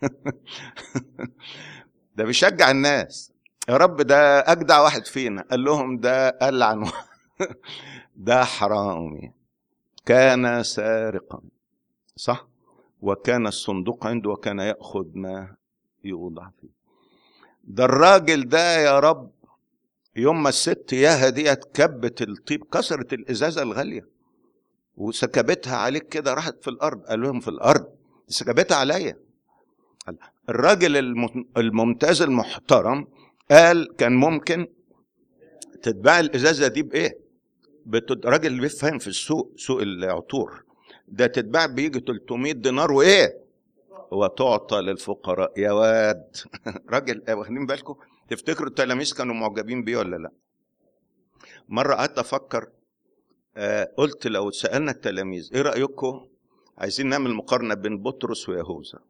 ده بيشجع الناس. يا رب ده اجدع واحد فينا. قال لهم ده قال عنه ده حرامي كان سارقا، صح، وكان الصندوق عنده وكان يأخذ ما يوضع فيه. ده الراجل ده يا رب يوم ما الست ياها ديت كبت الطيب، كسرت الازازه الغاليه وسكبتها عليك كده، راحت في الارض. قال لهم في الارض؟ سكبتها عليا. الراجل الممتاز المحترم قال كان ممكن تتباع الازازه دي بايه؟ راجل اللي بيفهم في السوق، سوق العطور ده، تتباع بيجي 300 دينار وايه، وتعطى للفقراء. يا واد راجل، واخدين بالكم؟ تفتكروا التلاميذ كانوا معجبين بيه ولا لا؟ مره قعدت افكر، قلت لو سالنا التلاميذ ايه رايكم، عايزين نعمل مقارنه بين بطرس ويهوذا،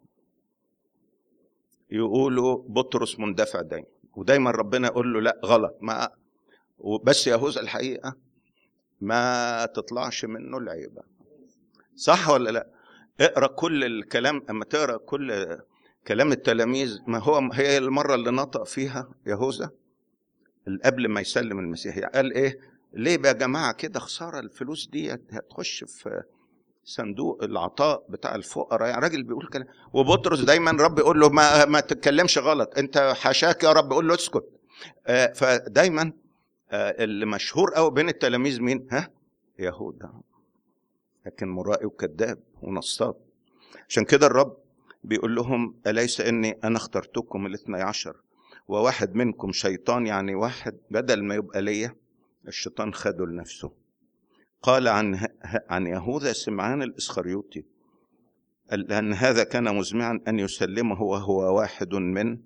يقولوا بطرس مندفع دايما، ودايما ربنا يقول له لا غلط، ما بس يهوذا الحقيقه ما تطلعش منه العيبه، صح ولا لا؟ اقرا كل الكلام، اما تقرا كل كلام التلاميذ، ما هو هي المره اللي نطق فيها يهوذا قبل ما يسلم المسيح، قال ايه؟ ليه بقى يا جماعه كده؟ خساره الفلوس دي هتخش في صندوق العطاء بتاع الفقراء. يعني راجل بيقول كلام. وبطرس دايما رب يقول له ما تتكلمش غلط، انت حاشاك يا رب، يقول له اسكت. فدايما اللي مشهور قوي بين التلاميذ مين؟ يهوذا، لكن مرائي وكذاب ونصاب. عشان كده الرب بيقول لهم أليس إني أنا اخترتكم 12 وواحد منكم شيطان؟ يعني واحد بدل ما يبقى ليا الشيطان خده لنفسه. قال عن يهوذا سمعان الإسخريوطي لأن هذا كان مزمعا أن يسلمه وهو واحد من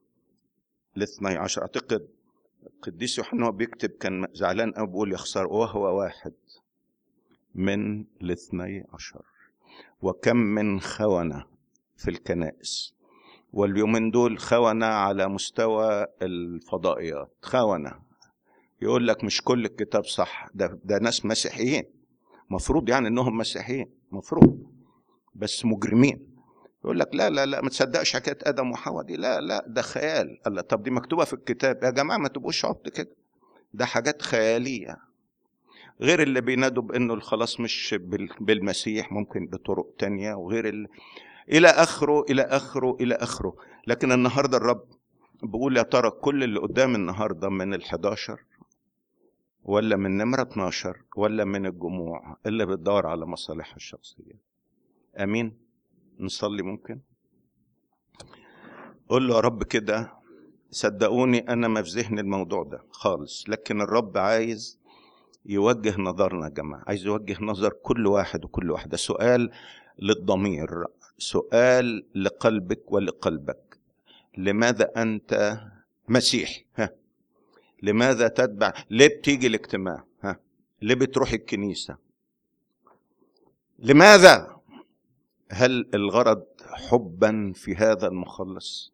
12. أعتقد القديس يوحنا بيكتب كان زعلان أو بيقول يخسر وهو واحد من 12. وكم من خونة في الكنائس، واليومين دول خونة على مستوى الفضائيات، خونة يقول لك مش كل الكتاب صح، ده ناس مسيحيين، مفروض يعني انهم مسيحيين مفروض، بس مجرمين. يقول لك لا لا لا ما تصدقش حكايه ادم وحواء دي، لا لا ده خيال. الله، طب دي مكتوبه في الكتاب يا جماعه، ما تبقوش عبط كده، ده حاجات خياليه. غير اللي بينادوا بانه الخلاص مش بالمسيح، ممكن بطرق تانية، وغير الى اخره الى اخره الى اخره. لكن النهارده الرب بيقول يا ترى كل اللي قدام النهارده من ال11 ولا من نمرة 12 ولا من الجموع اللي بتدور على مصالحها الشخصية؟ امين. نصلي ممكن؟ قول له يا رب كده، صدقوني انا ما في ذهن الموضوع ده خالص، لكن الرب عايز يوجه نظرنا يا جماعة، عايز يوجه نظر كل واحد وكل واحدة. سؤال للضمير، سؤال لقلبك ولقلبك، لماذا أنت مسيحي؟ لماذا تتبع؟ ليه بتيجي الاجتماع؟ ليه بتروح الكنيسة؟ لماذا؟ هل الغرض حبا في هذا المخلص؟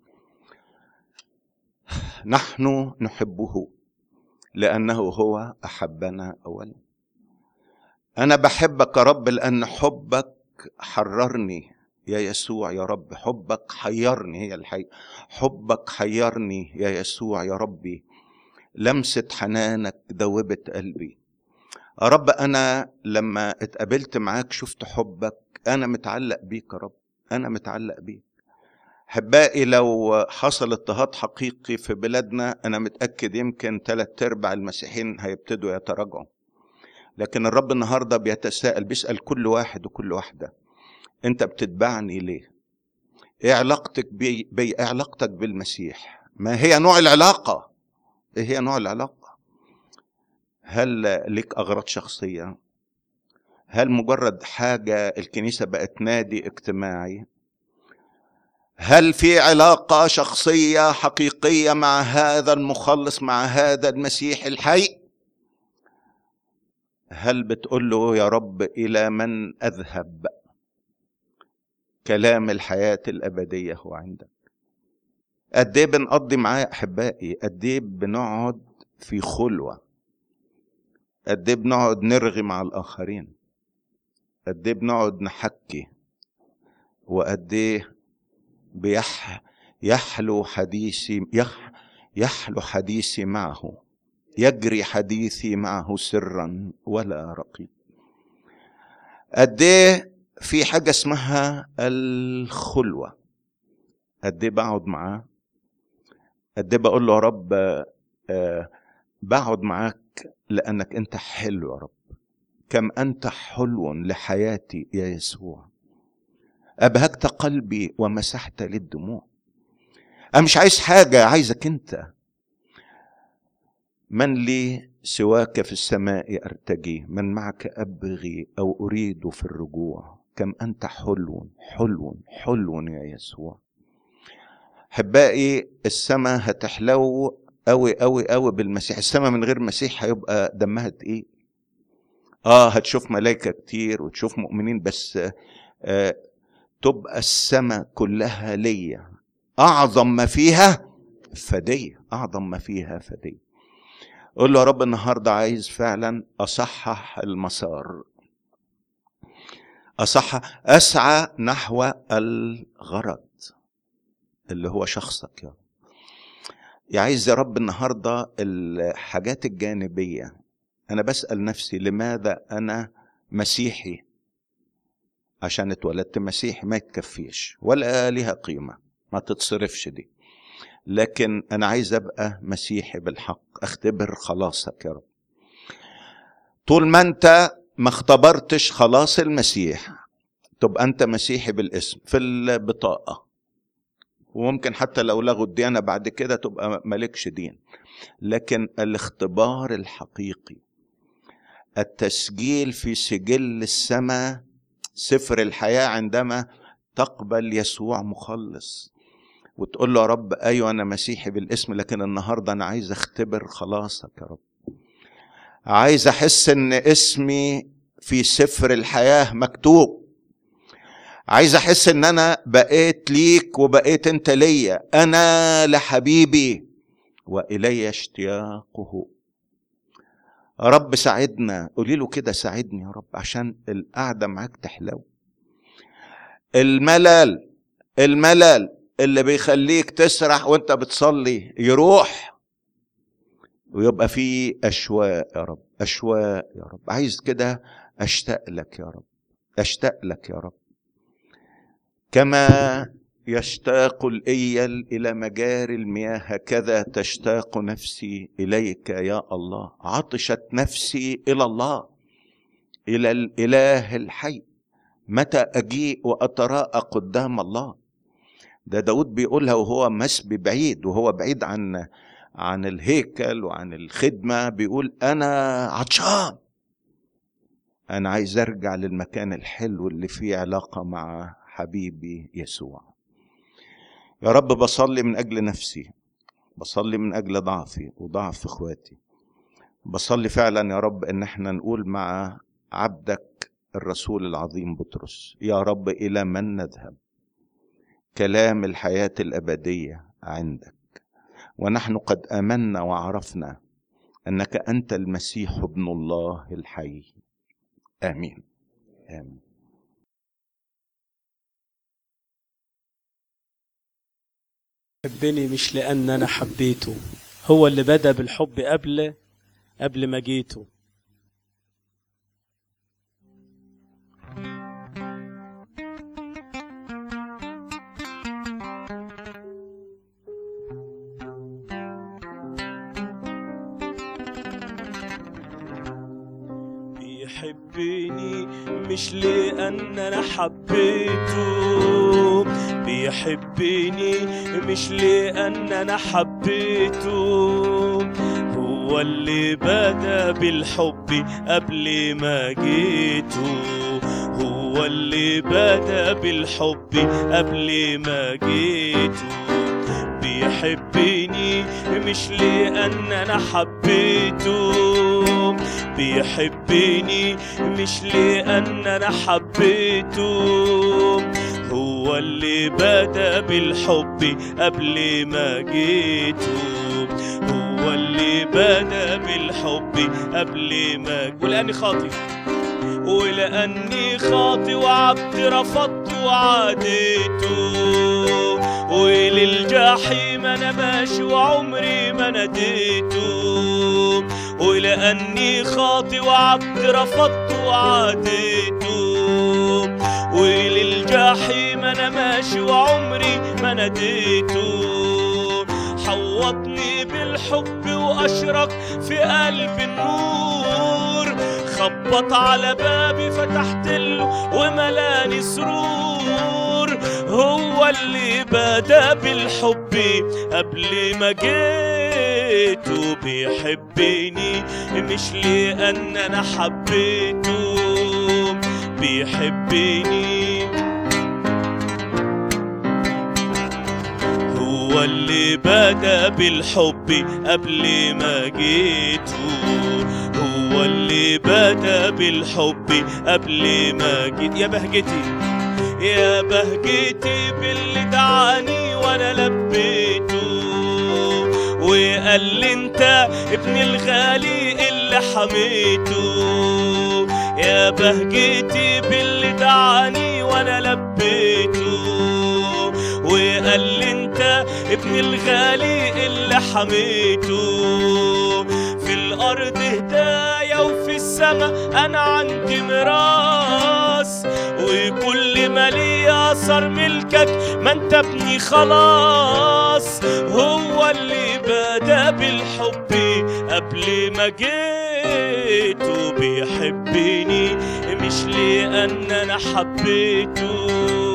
نحن نحبه لأنه هو أحبنا أولا. أنا بحبك يا رب لأن حبك حررني يا يسوع يا رب، حبك حيرني، هي الحقيقة، حبك حيرني يا يسوع يا ربي، لمسة حنانك دوبت قلبي يا رب. أنا لما اتقابلت معاك شفت حبك، أنا متعلق بيك يا رب، أنا متعلق بيك. أحبائي لو حصل اضطهاد حقيقي في بلادنا أنا متأكد يمكن 3/4 المسيحيين هيبتدوا يتراجعوا، لكن الرب النهاردة بيتساءل، بيسأل كل واحد وكل واحدة، أنت بتتبعني ليه؟ إيه علاقتك إيه علاقتك بالمسيح؟ ما هي نوع العلاقة؟ إيه هي نوع العلاقة؟ هل لك أغراض شخصية؟ هل مجرد حاجة الكنيسة بقت نادي اجتماعي؟ هل في علاقة شخصية حقيقية مع هذا المخلص، مع هذا المسيح الحي؟ هل بتقول له يا رب إلى من أذهب؟ كلام الحياة الأبدية هو عندك. قد ايه بنقضي معاه أحبائي؟ قد ايه بنقعد في خلوة؟ قد ايه بنقعد نرغي مع الآخرين؟ قد ايه بنقعد نحكي؟ وقد ايه يحلو حديثي معه، يجري حديثي معه سرا ولا رقيب. قد ايه في حاجة اسمها الخلوة. قد ايه بقعد معاه، قد ايه بقول له يا رب بقعد معاك لأنك أنت حلو يا رب. كم أنت حلو لحياتي يا يسوع، أبهجت قلبي ومسحت لي الدموع. أنا مش عايز حاجة، عايزك أنت. من لي سواك في السماء أرتجي، من معك أبغي أو أريد في الرجوع. كم أنت حلو حلو حلو يا يسوع. حبائي السماء هتحلو قوي قوي قوي بالمسيح. السماء من غير مسيح هيبقى دمها تقيل. هتشوف ملائكة كتير وتشوف مؤمنين، بس تبقى السماء كلها ليا. أعظم ما فيها فدية، أعظم ما فيها فدية. قول له يا رب النهاردة عايز فعلا أصحح المسار، أسعى نحو الغرض اللي هو شخصك يا رب. عايز يا رب النهاردة الحاجات الجانبية. أنا بسأل نفسي لماذا أنا مسيحي؟ عشان اتولدت مسيحي ما يتكفيش ولا ليها قيمة، ما تتصرفش دي. لكن أنا عايز أبقى مسيحي بالحق، أختبر خلاصك يا رب. طول ما أنت ما اختبرتش خلاص المسيح تبقى أنت مسيحي بالاسم في البطاقة، وممكن حتى لو لغوا الديانة بعد كده تبقى مالكش دين. لكن الاختبار الحقيقي، التسجيل في سجل السماء، سفر الحياة، عندما تقبل يسوع مخلص وتقول له يا رب أيوة أنا مسيحي بالاسم، لكن النهاردة أنا عايز أختبر خلاصك يا رب. عايز أحس أن اسمي في سفر الحياة مكتوب. عايز أحس أن أنا بقيت ليك وبقيت أنت ليا. أنا لحبيبي وإلي اشتياقه. رب ساعدنا. قولي له كده ساعدني يا رب عشان القعدة معاك تحلو. الملل اللي بيخليك تسرح وانت بتصلي يروح، ويبقى فيه أشواق يا رب، أشواق يا رب. عايز كده أشتاق لك يا رب، أشتاق لك يا رب. كما يشتاق الإيل إلى مجاري المياه هكذا تشتاق نفسي إليك يا الله. عطشت نفسي إلى الله، إلى الإله الحي. متى أجيء وأتراءى قدام الله؟ ده داود بيقولها وهو مسبي بعيد، وهو بعيد عن الهيكل وعن الخدمة. بيقول أنا عطشان، أنا عايز أرجع للمكان الحلو اللي فيه علاقة مع حبيبي يسوع. يا رب بصلي من أجل نفسي، بصلي من أجل ضعفي وضعف إخواتي. بصلي فعلا يا رب إن احنا نقول مع عبدك الرسول العظيم بطرس: يا رب إلى من نذهب؟ كلام الحياة الأبدية عندك، ونحن قد آمنا وعرفنا أنك أنت المسيح ابن الله الحي. آمين آمين. حبني مش لأن أنا حبيته، هو اللي بدأ بالحب قبل ما جيته. بيحبني مش لأن أنا حبيته، بيحبني مش لأن أنا حبيته، هو اللي بدأ بالحب قبل ما جيته، هو اللي بدأ بالحب قبل ما جيته. بيحبني مش لأن أنا حبيته، بيحبني بيحبني مش لأن أنا حبيته، هو اللي بدأ بالحب قبل ما جيته، هو اللي بدأ بالحب قبل ما جيته. ولأني خاطئ، ولأني خاطئ وعبد رفضت وعاديته، وللجحيم أنا ماشي وعمري ما ناديته، ولأني خاطئ وعبد رفضت وعاديته، وللجحيم أنا ماشي وعمري ما ناديته. حوطني بالحب وأشرق في قلبي النور، خبط على بابي فتحت له وملاني سرور، هو اللي بدأ بالحب قبل ما جيته، بيحبني مش لأن أنا حبيته، بيحبني هو اللي بدأ بالحب قبل ما جيته، هو اللي بدأ بالحب قبل ما جيت. يا بهجتي يا بهجتي باللي دعاني وانا لبيته، وقال لي انت ابن الغالي اللي حميته، يا بهجتي باللي دعاني وانا لبيته، وقال لي انت ابن الغالي اللي حميته. في الارض هدايا وفي السماء انا عندي ميراث، وكل ما لي اثر ملكك ما انت ابني خلاص، هو اللي بدأ بالحب قبل ما جيته، بيحبني مش لأن أنا حبيته،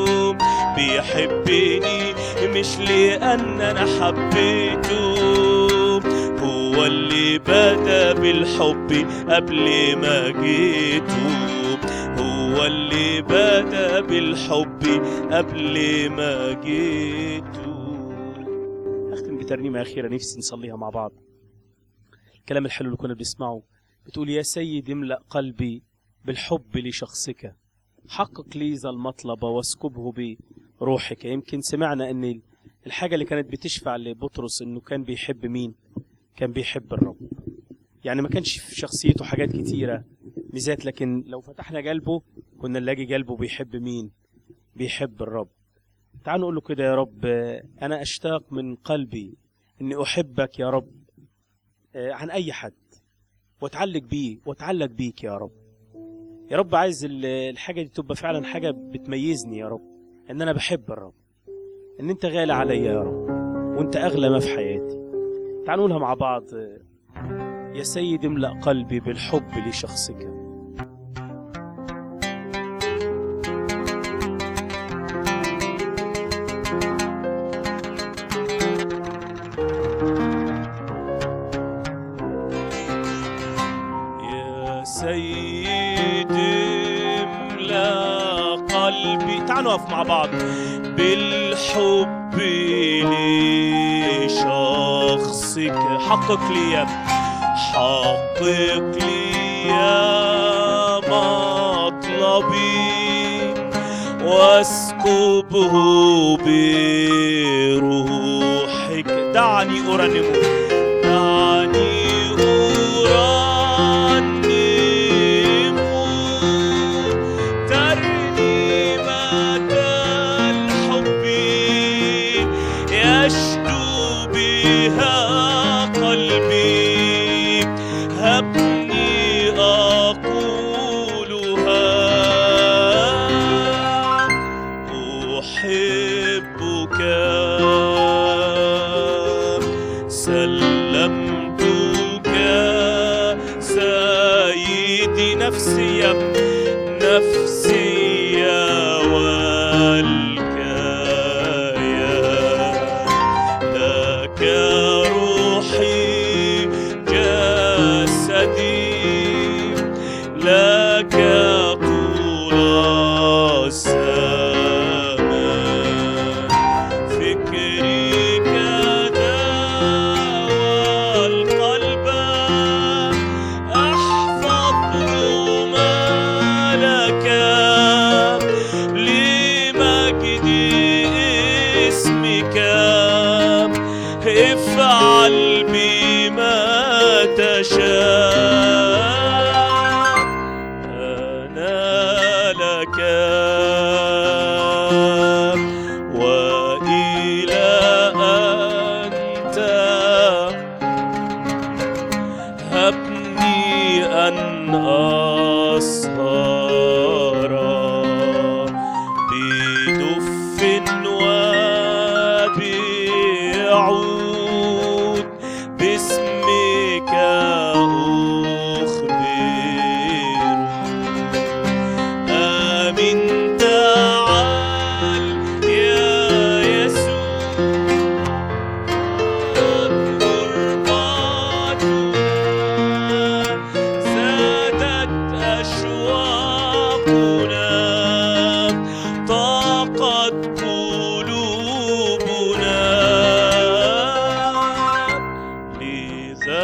بيحبني مش لأن أنا حبيته، هو اللي بدأ بالحب قبل ما جيته، هو اللي بدأ بالحب قبل ما جيته. أختم بترنيمة أخيرة نفسي نصليها مع بعض. الكلام الحلو اللي كنا بنسمعه بتقول: يا سيد املأ قلبي بالحب لشخصك، حقق لي ذا المطلب واسكبه بروحك. يمكن سمعنا أن الحاجة اللي كانت بتشفع لبطرس أنه كان بيحب مين؟ كان بيحب الرب. يعني ما كانش في شخصيته حاجات كتيرة ميزات، لكن لو فتحنا قلبه كنا نلاقي قلبه بيحب مين؟ بيحب الرب. تعالوا نقول له كده: يا رب أنا أشتاق من قلبي أني أحبك يا رب عن أي حد، وأتعلق بيه وأتعلق بيك يا رب. يا رب عايز الحاجة دي تبقى فعلا حاجة بتميزني يا رب، أن أنا بحب الرب، أن أنت غالي عليا يا رب، وأنت أغلى ما في حياتي. تعالوا نقولها مع بعض: يا سيد املأ قلبي بالحب لشخصك. يا سيد املأ قلبي، تعالوا نقف مع بعض، بالحب لشخصك. حقق لي يا حقق لي يا مطلبي واسكبه بروحك. دعني أرنم، دعني أرنم ترنيمة الحب يشدو بها قلبي، هبني أقولها أحبك، سلمتك سيدي نفسي نفسي والكيان، لك روحي جسدي، لك طول السماء، فكري كداوى القلب أحفظ باسمك افعل بما تشاء أنا لك وإلى أنت هبني أن أسهر بدف وبعود باسمك أخبر آمين تعال يا يسوع غربتنا زادت أشواقنا ضاقت قلوبنا لذا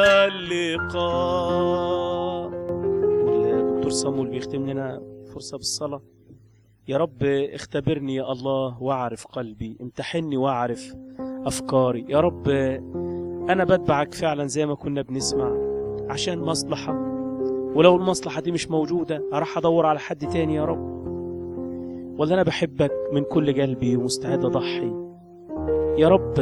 اللقاء. والدكتور صامول بيختم لنا فرصة بالصلاة. يا رب اختبرني يا الله واعرف قلبي، امتحني واعرف أفكاري. يا رب أنا بتبعك فعلا زي ما كنا بنسمع عشان مصلحة، ولو المصلحة دي مش موجودة راح أدور على حد تاني يا رب. ولا أنا بحبك من كل قلبي ومستعد أضحي. يا رب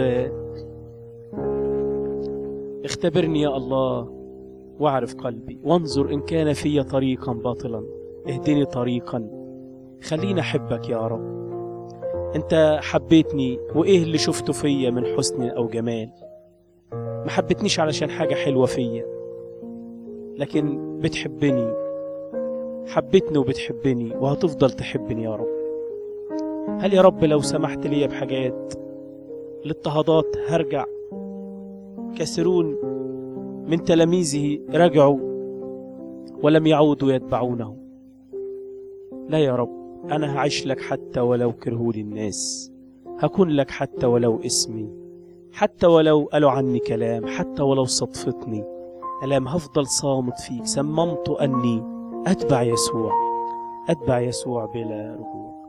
اختبرني يا الله واعرف قلبي، وانظر إن كان في طريقا باطلا اهدني طريقا، خليني أحبك يا رب. أنت حبيتني، وإيه اللي شفته فيا من حسن أو جمال؟ ما حبتنيش علشان حاجة حلوة فيا، لكن بتحبني، حبتني وبتحبني وهتفضل تحبني يا رب. هل يا رب لو سمحت لي بحاجات الاضطهادات هرجع؟ كثيرون من تلاميذه رجعوا ولم يعودوا يتبعونه. لا يا رب، أنا هعيش لك حتى ولو كرهولي الناس، هكون لك حتى ولو اسمي، حتى ولو قالوا عني كلام، حتى ولو صدفتني ألام، هفضل صامت فيك. صممت أني أتبع يسوع، أتبع يسوع بلا رجوع.